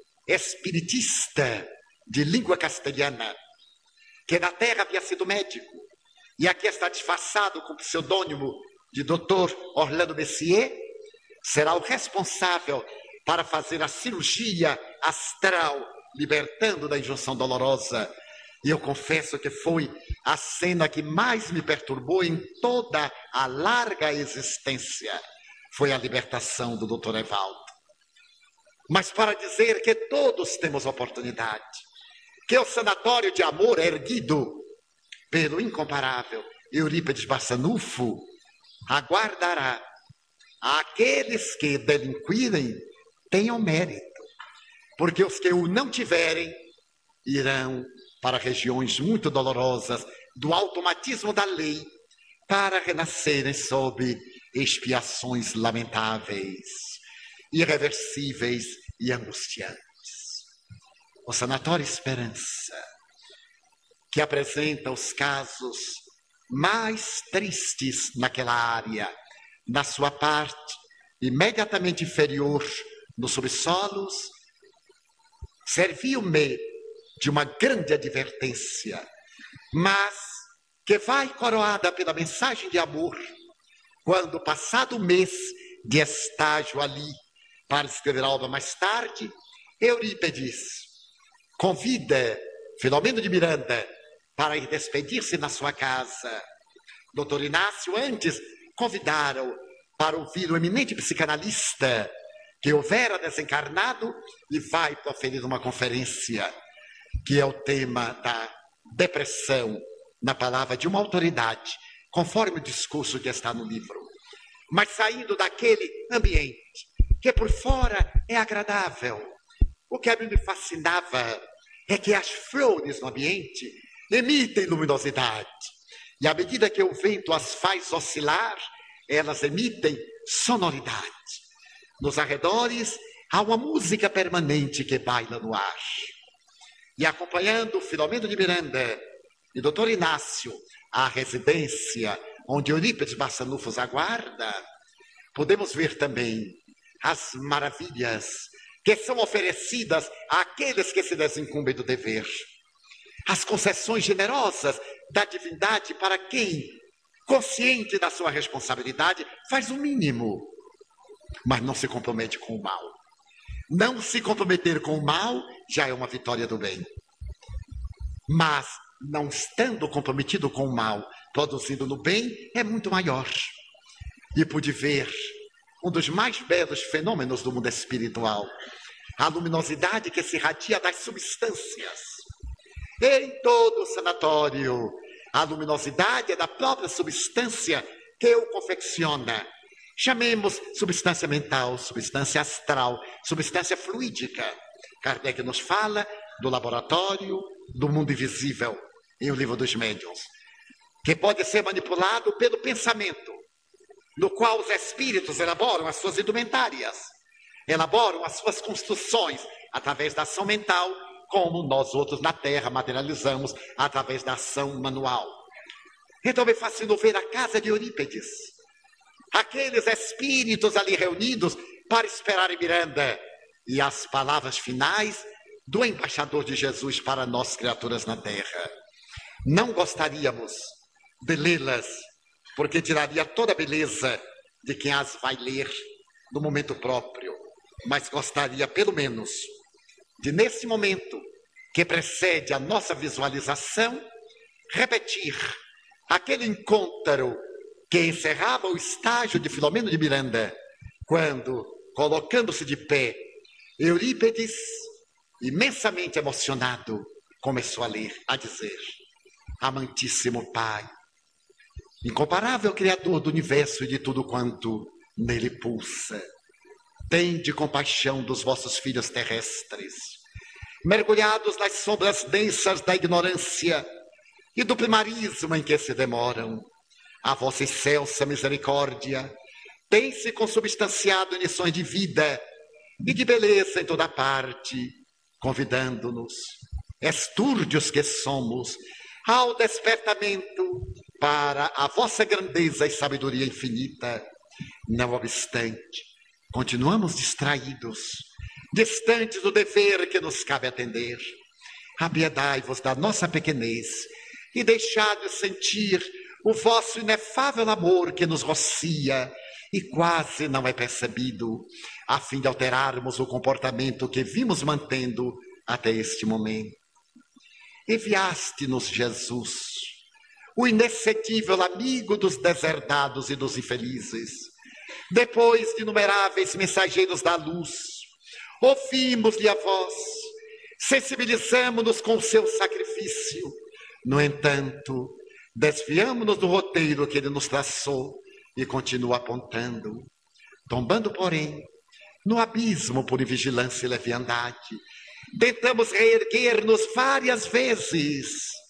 espiritista de língua castelhana, que na terra havia sido médico, e aqui está disfarçado com o pseudônimo de Dr. Orlando Messier, será o responsável para fazer a cirurgia astral, libertando da injunção dolorosa. E eu confesso que foi a cena que mais me perturbou em toda a larga existência. Foi a libertação do Dr. Evaldo. Mas para dizer que todos temos oportunidade, que o sanatório de amor erguido pelo incomparável Eurípides Barçanufo aguardará aqueles que delinquirem tenham mérito, porque os que o não tiverem irão para regiões muito dolorosas do automatismo da lei para renascerem sob expiações lamentáveis, irreversíveis e angustiantes. O Sanatório Esperança, que apresenta os casos mais tristes naquela área, na sua parte imediatamente inferior, nos subsolos, serviu-me de uma grande advertência, mas que vai coroada pela mensagem de amor, quando, passado o mês de estágio ali, para escrever a obra mais tarde, Eurípides convida Filomeno de Miranda para ir despedir-se na sua casa. Doutor Inácio, antes, convidaram para ouvir o eminente psicanalista que houvera desencarnado e vai proferir uma conferência, que é o tema da depressão, na palavra de uma autoridade, conforme o discurso que está no livro. Mas saindo daquele ambiente, que por fora é agradável, o que a mim me fascinava é que as flores no ambiente emitem luminosidade. E à medida que o vento as faz oscilar, elas emitem sonoridade. Nos arredores há uma música permanente que baila no ar. E acompanhando Filomeno de Miranda e Dr. Inácio à residência onde Eurípides Barçanufo os aguarda, podemos ver também as maravilhas que são oferecidas àqueles que se desincumbem do dever. As concessões generosas da divindade para quem, consciente da sua responsabilidade, faz o mínimo, mas não se compromete com o mal. Não se comprometer com o mal já é uma vitória do bem. Mas, não estando comprometido com o mal, produzindo no bem, é muito maior. E pude ver um dos mais belos fenômenos do mundo espiritual, a luminosidade que se irradia das substâncias. Em todo o sanatório, a luminosidade é da própria substância que o confecciona. Chamemos substância mental, substância astral, substância fluídica. Kardec nos fala do laboratório do mundo invisível, em O Livro dos Médiuns, que pode ser manipulado pelo pensamento, no qual os espíritos elaboram as suas indumentárias, elaboram as suas construções através da ação mental, como nós outros na Terra materializamos através da ação manual. Então me fascinou ver a casa de Eurípides, aqueles espíritos ali reunidos para esperar em Miranda, e as palavras finais do embaixador de Jesus para nós, criaturas na Terra. Não gostaríamos de lê-las, porque tiraria toda a beleza de quem as vai ler no momento próprio, mas gostaria, pelo menos, de, nesse momento que precede a nossa visualização, repetir aquele encontro que encerrava o estágio de Filomeno de Miranda, quando, colocando-se de pé, Eurípides, imensamente emocionado, começou a ler, a dizer: amantíssimo Pai, incomparável Criador do universo e de tudo quanto nele pulsa, tende compaixão dos vossos filhos terrestres, mergulhados nas sombras densas da ignorância e do primarismo em que se demoram. A vossa excelsa misericórdia tem se consubstanciado em lições de vida e de beleza em toda parte, convidando-nos, estúrdios que somos, ao despertamento para a vossa grandeza e sabedoria infinita. Não obstante, continuamos distraídos, distantes do dever que nos cabe atender. Apiedai-vos da nossa pequenez e deixai-nos sentir o vosso inefável amor que nos rocia e quase não é percebido, a fim de alterarmos o comportamento que vimos mantendo até este momento. Enviaste-nos Jesus, o inexcedível amigo dos deserdados e dos infelizes. Depois de inumeráveis mensageiros da luz, ouvimos-lhe a voz, sensibilizamo-nos com o seu sacrifício. No entanto, desviamo-nos do roteiro que ele nos traçou e continua apontando, tombando, porém, no abismo por invigilância e leviandade. Tentamos reerguer-nos várias vezes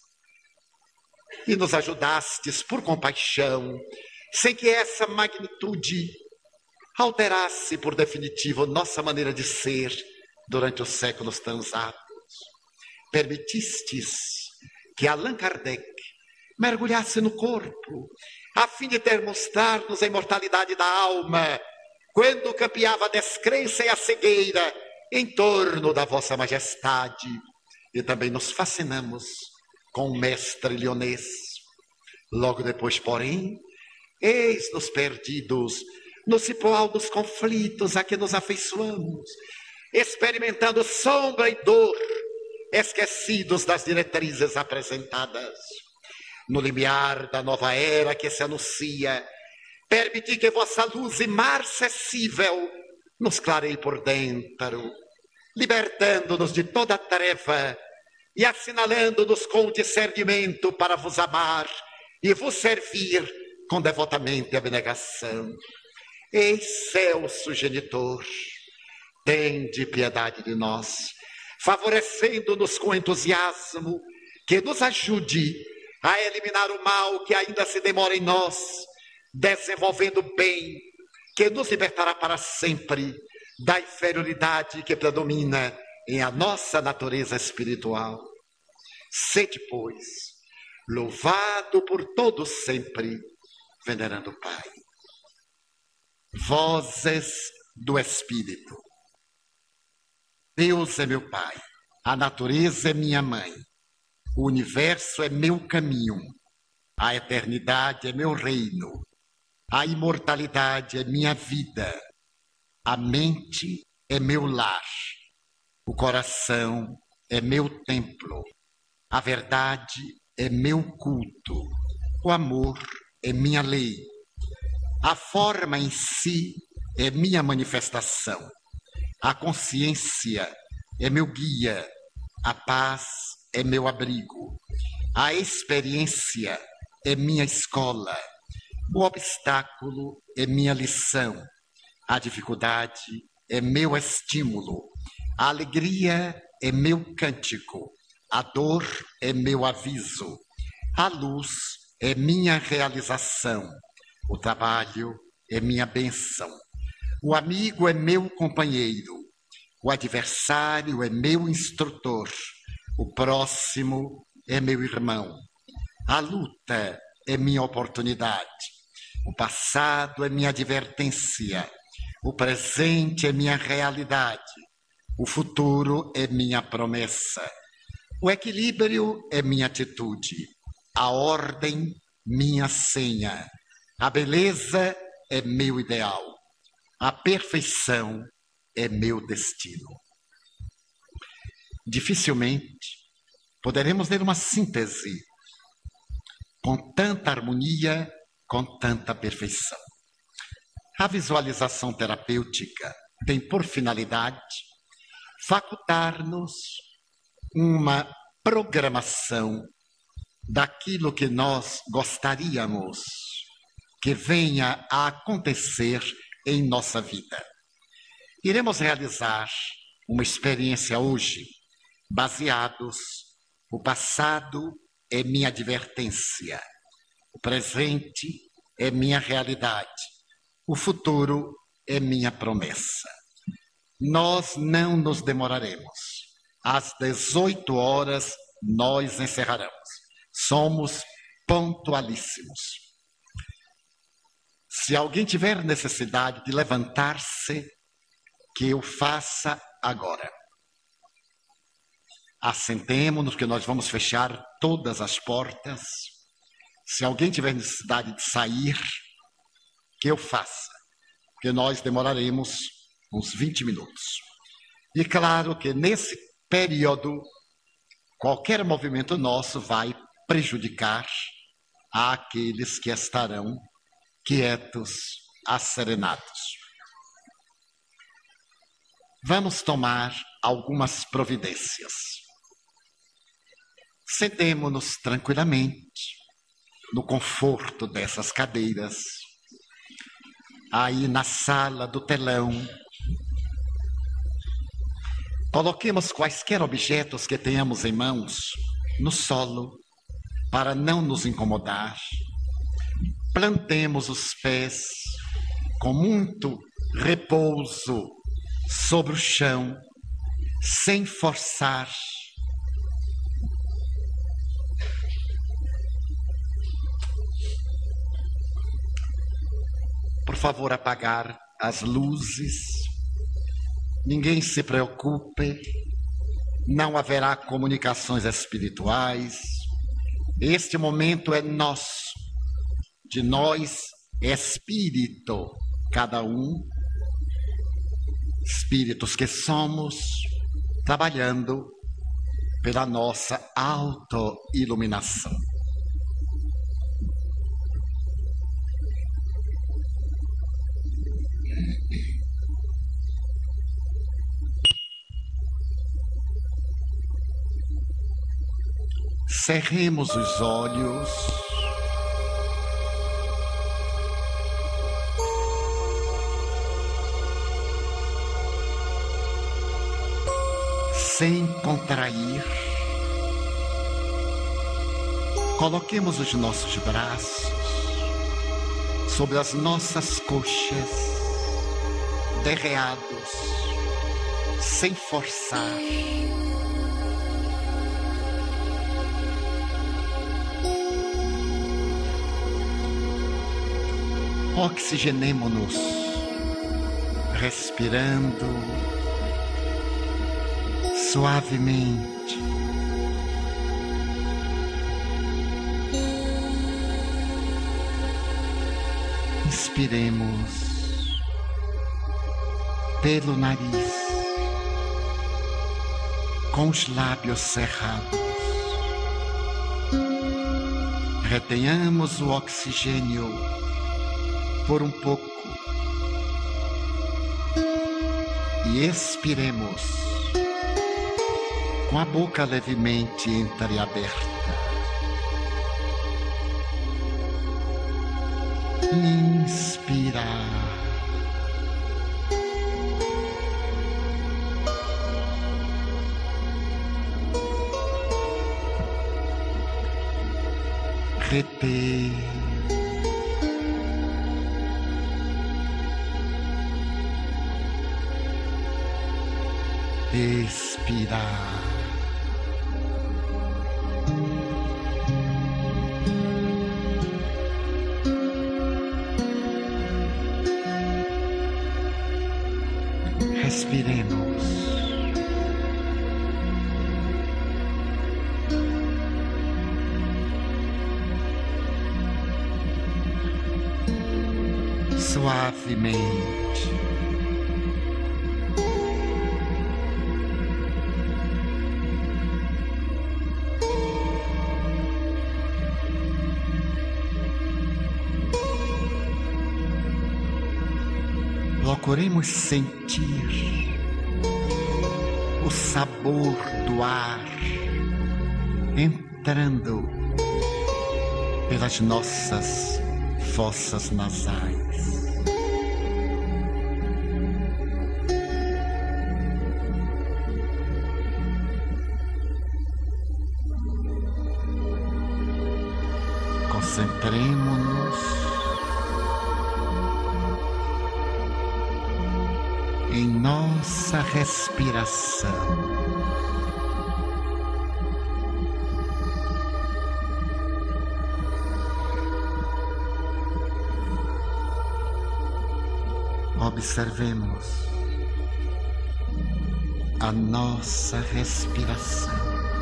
e nos ajudastes por compaixão, sem que essa magnitude alterasse por definitivo nossa maneira de ser durante os séculos transatos. Permitistes que Allan Kardec mergulhasse no corpo, a fim de demonstrar-nos a imortalidade da alma, quando campeava a descrença e a cegueira em torno da vossa majestade. E também nos fascinamos com o mestre Lyonês. Logo depois, porém, eis-nos perdidos no cipoal dos conflitos a que nos afeiçoamos, experimentando sombra e dor, esquecidos das diretrizes apresentadas. No limiar da nova era que se anuncia, permiti que vossa luz imarcessível nos clareie por dentro, libertando-nos de toda a treva e assinalando-nos com o discernimento para vos amar e vos servir com devotamento e abnegação. Excelso genitor, tende piedade de nós, favorecendo-nos com entusiasmo que nos ajude a eliminar o mal que ainda se demora em nós, desenvolvendo o bem que nos libertará para sempre da inferioridade que predomina em a nossa natureza espiritual. Sede, pois, louvado por todos sempre, venerando o Pai. Vozes do Espírito. Deus é meu Pai, a natureza é minha mãe, o universo é meu caminho, a eternidade é meu reino, a imortalidade é minha vida, a mente é meu lar. O coração é meu templo. A verdade é meu culto. O amor é minha lei. A forma em si é minha manifestação. A consciência é meu guia. A paz é meu abrigo. A experiência é minha escola. O obstáculo é minha lição. A dificuldade é meu estímulo. A alegria é meu cântico. A dor é meu aviso. A luz é minha realização. O trabalho é minha bênção. O amigo é meu companheiro. O adversário é meu instrutor. O próximo é meu irmão. A luta é minha oportunidade. O passado é minha advertência. O presente é minha realidade. O futuro é minha promessa. O equilíbrio é minha atitude. A ordem, minha senha. A beleza é meu ideal. A perfeição é meu destino. Dificilmente poderemos ler uma síntese com tanta harmonia, com tanta perfeição. A visualização terapêutica tem por finalidade facultar-nos uma programação daquilo que nós gostaríamos que venha a acontecer em nossa vida. Iremos realizar uma experiência hoje, baseados no passado é minha advertência, o presente é minha realidade, o futuro é minha promessa. Nós não nos demoraremos. Às 18 horas nós encerraremos. Somos pontualíssimos. Se alguém tiver necessidade de levantar-se, que eu faça agora. Assentemo-nos que nós vamos fechar todas as portas. Se alguém tiver necessidade de sair, que eu faça, porque nós demoraremos uns 20 minutos. E claro que nesse período, qualquer movimento nosso vai prejudicar àqueles que estarão quietos, asserenados. Vamos tomar algumas providências. Sentemo-nos tranquilamente, no conforto dessas cadeiras, aí na sala do telão. Coloquemos quaisquer objetos que tenhamos em mãos no solo, para não nos incomodar. Plantemos os pés com muito repouso sobre o chão, sem forçar. Por favor, apagar as luzes. Ninguém se preocupe, não haverá comunicações espirituais. Este momento é nosso, de nós, espírito, cada um, espíritos que somos, trabalhando pela nossa autoiluminação. Cerremos os olhos. Sem contrair. Coloquemos os nossos braços sobre as nossas coxas, derreados, sem forçar. Oxigenemo-nos, respirando suavemente. Inspiremos pelo nariz, com os lábios cerrados. Retenhamos o oxigênio por um pouco e expiremos com a boca levemente entreaberta. Inspirar. Reter. Expirar. Respiremos. Suavemente. Procuremos sentir o sabor do ar entrando pelas nossas fossas nasais. Concentremo-nos em nossa respiração. Observemos a nossa respiração.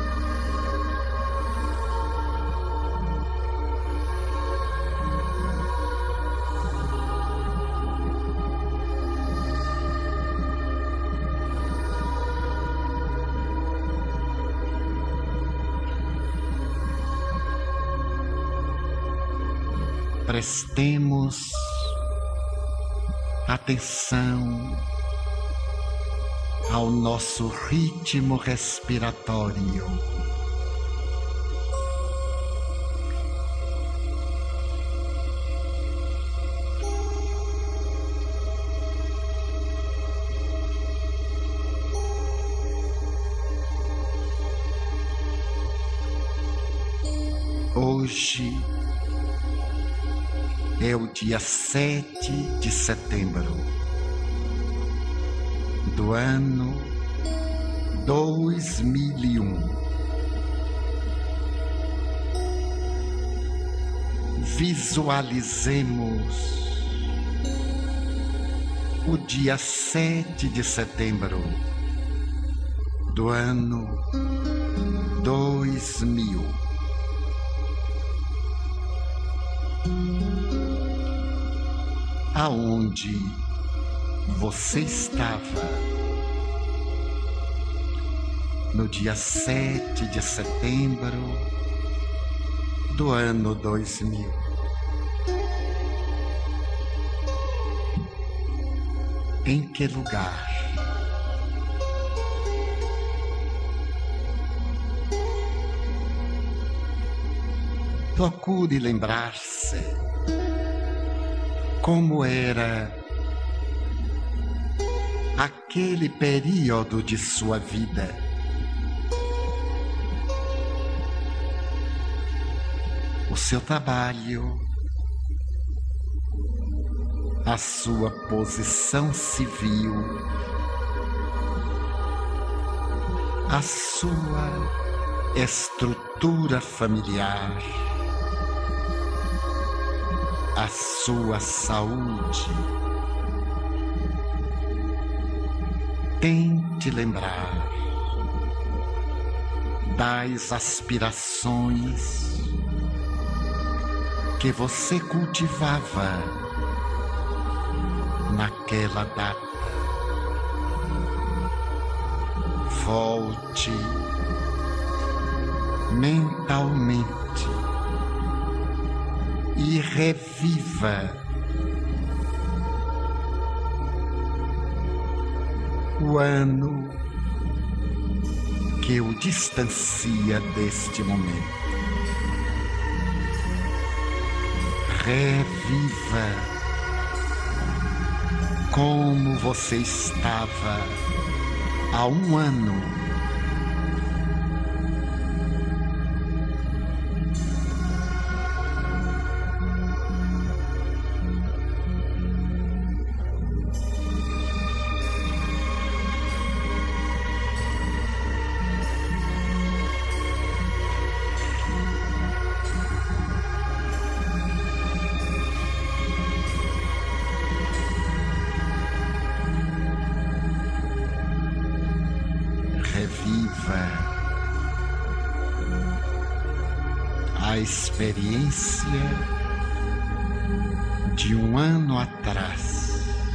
Prestemos atenção ao nosso ritmo respiratório. Hoje é o dia 7 de setembro do ano 2001. Visualizemos o dia 7 de setembro do ano 2000. Aonde você estava no dia 7 de setembro do ano 2000? Em que lugar? Procure lembrar-se como era aquele período de sua vida. O seu trabalho, a sua posição civil, a sua estrutura familiar, a sua saúde. Tente lembrar das aspirações que você cultivava naquela data. volte mentalmente e reviva o ano que o distancia deste momento. Reviva como você estava há um ano. Reviva a experiência de um ano atrás.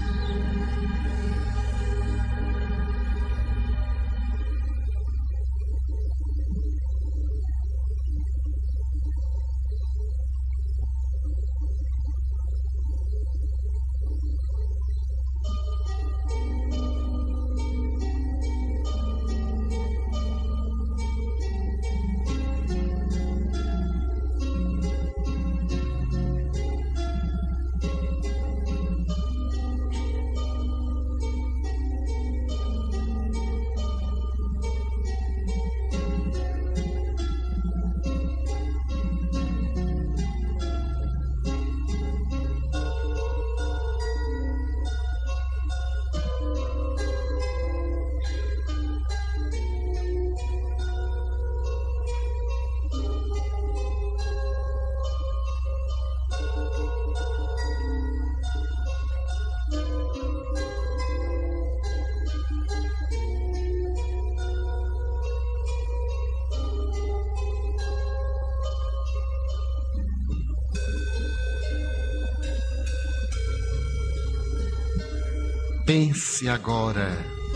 Pense agora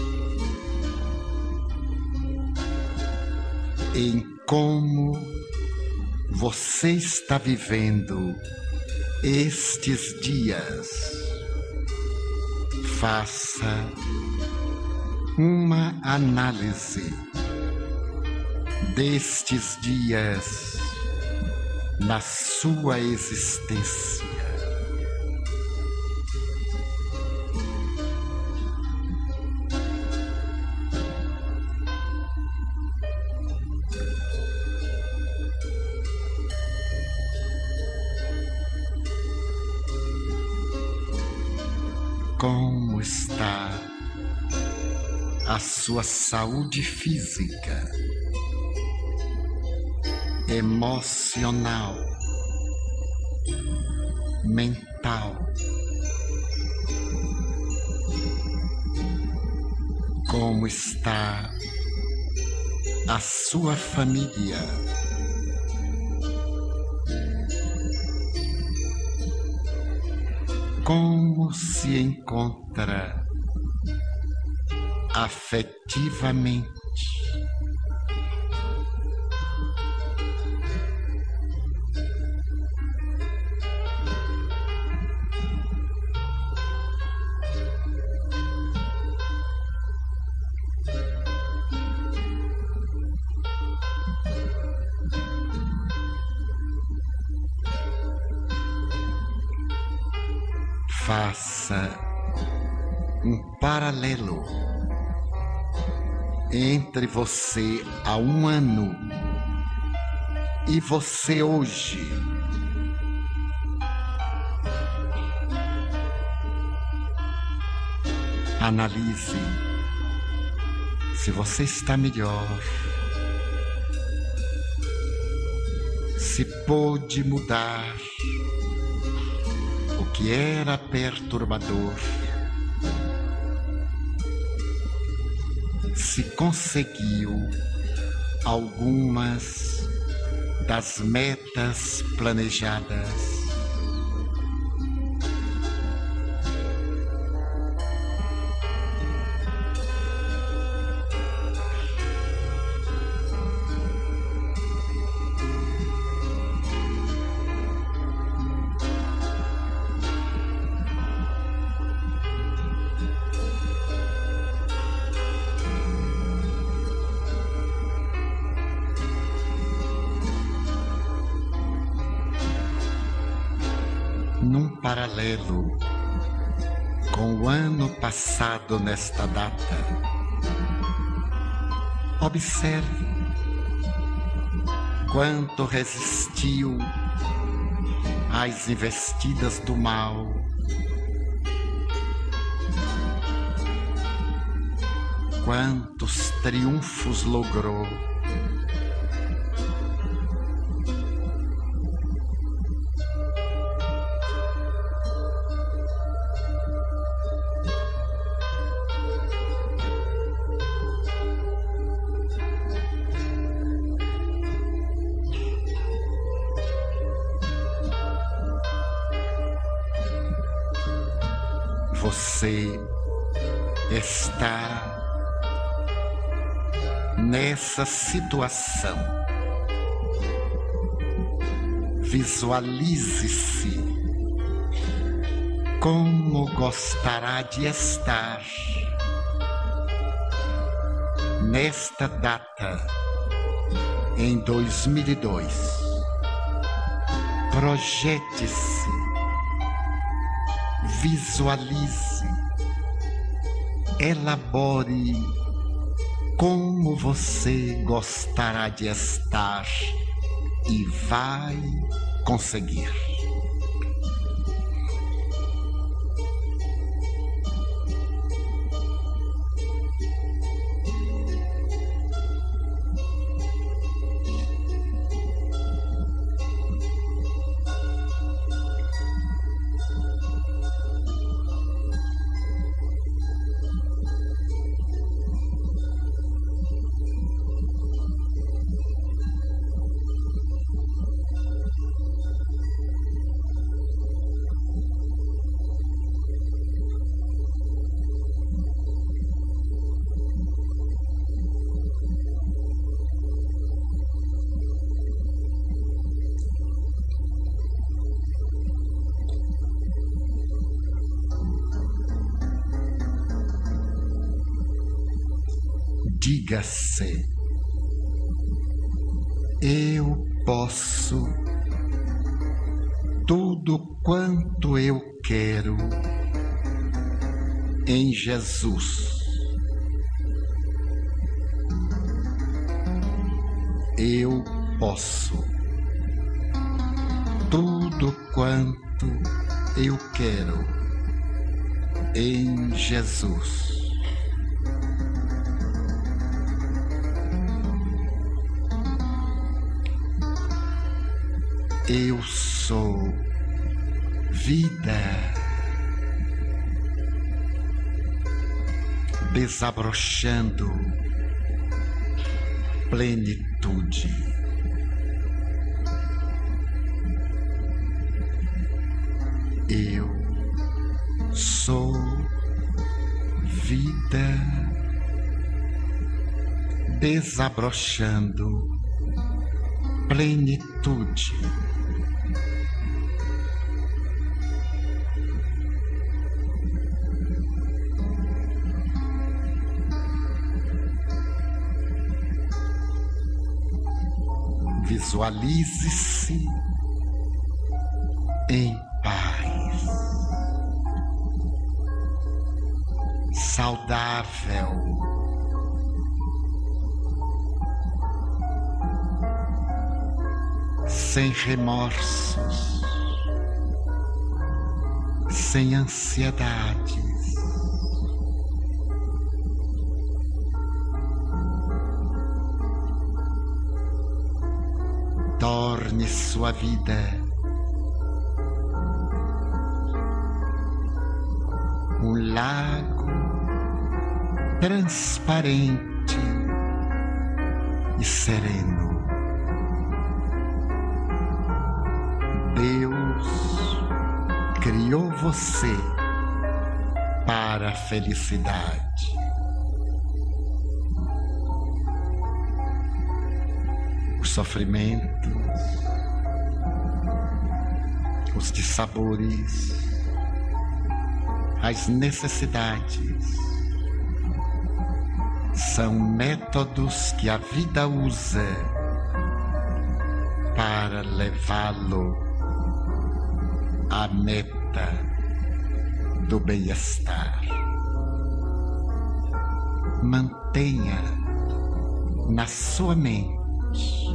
em como você está vivendo estes dias. Faça uma análise destes dias na sua existência. Como está a sua saúde física, emocional, mental? Como está a sua família? Como se encontra afetivamente? Faça um paralelo entre você há um ano e você hoje. Analise se você está melhor, se pôde mudar o que era perturbador, se conseguiu algumas das metas planejadas. num paralelo com o ano passado nesta data. Observe quanto resistiu às investidas do mal, quantos triunfos logrou. Você está nessa situação. Visualize-se como gostará de estar nesta data em 2002. Projete-se, visualize, elabore como você gostará de estar e vai conseguir. Diga-se: eu posso tudo quanto eu quero em Jesus. Eu posso tudo quanto eu quero em Jesus. Eu sou vida, desabrochando plenitude. Eu sou vida, desabrochando plenitude. Visualize-se em paz, saudável, sem remorsos, sem ansiedades. Torne sua vida um lago transparente e sereno. Deus criou você para a felicidade. Os sofrimentos, os dissabores, as necessidades são métodos que a vida usa para levá-lo à meta do bem-estar. Mantenha na sua mente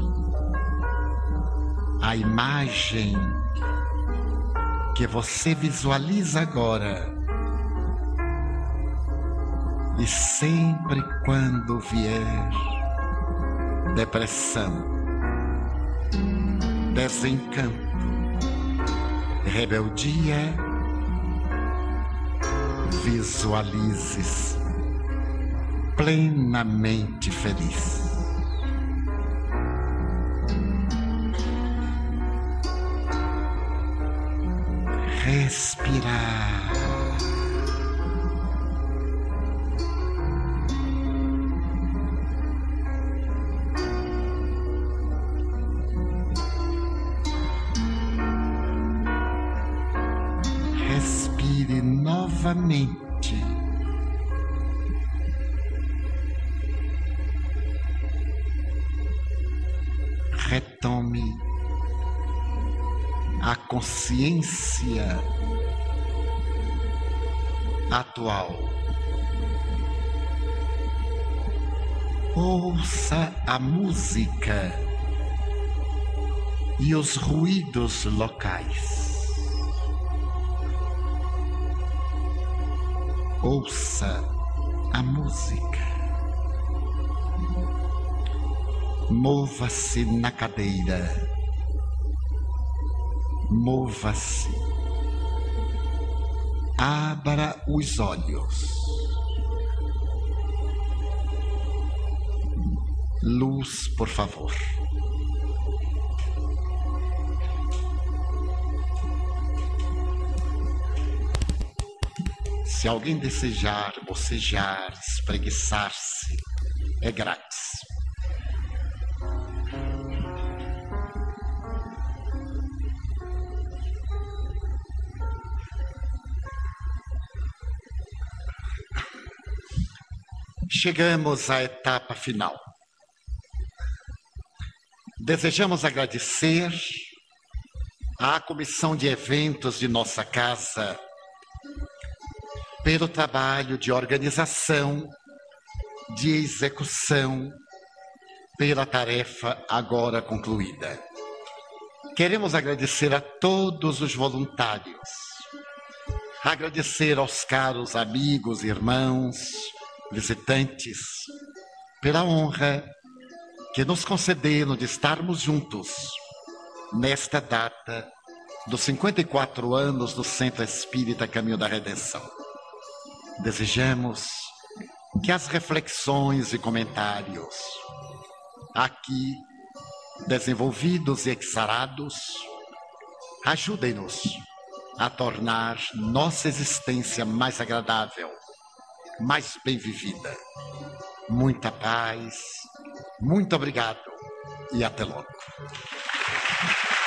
a imagem que você visualiza agora, e sempre quando vier depressão, desencanto, rebeldia, visualize-se plenamente feliz. Respirar. Respire novamente. Retome a consciência atual. Ouça a música e os ruídos locais. Ouça a música. Mova-se na cadeira. Mova-se. Abra os olhos. Luz, por favor. Se alguém desejar bocejar, espreguiçar-se, é grátis. Chegamos à etapa final. Desejamos agradecer à comissão de eventos de nossa casa pelo trabalho de organização, de execução, pela tarefa agora concluída. Queremos agradecer a todos os voluntários, agradecer aos caros amigos, irmãos, visitantes, pela honra que nos concederam de estarmos juntos nesta data dos 54 anos do Centro Espírita Caminho da Redenção. Desejamos que as reflexões e comentários aqui desenvolvidos e exarados ajudem-nos a tornar nossa existência mais agradável, mais bem vivida. Muita paz, muito obrigado e até logo.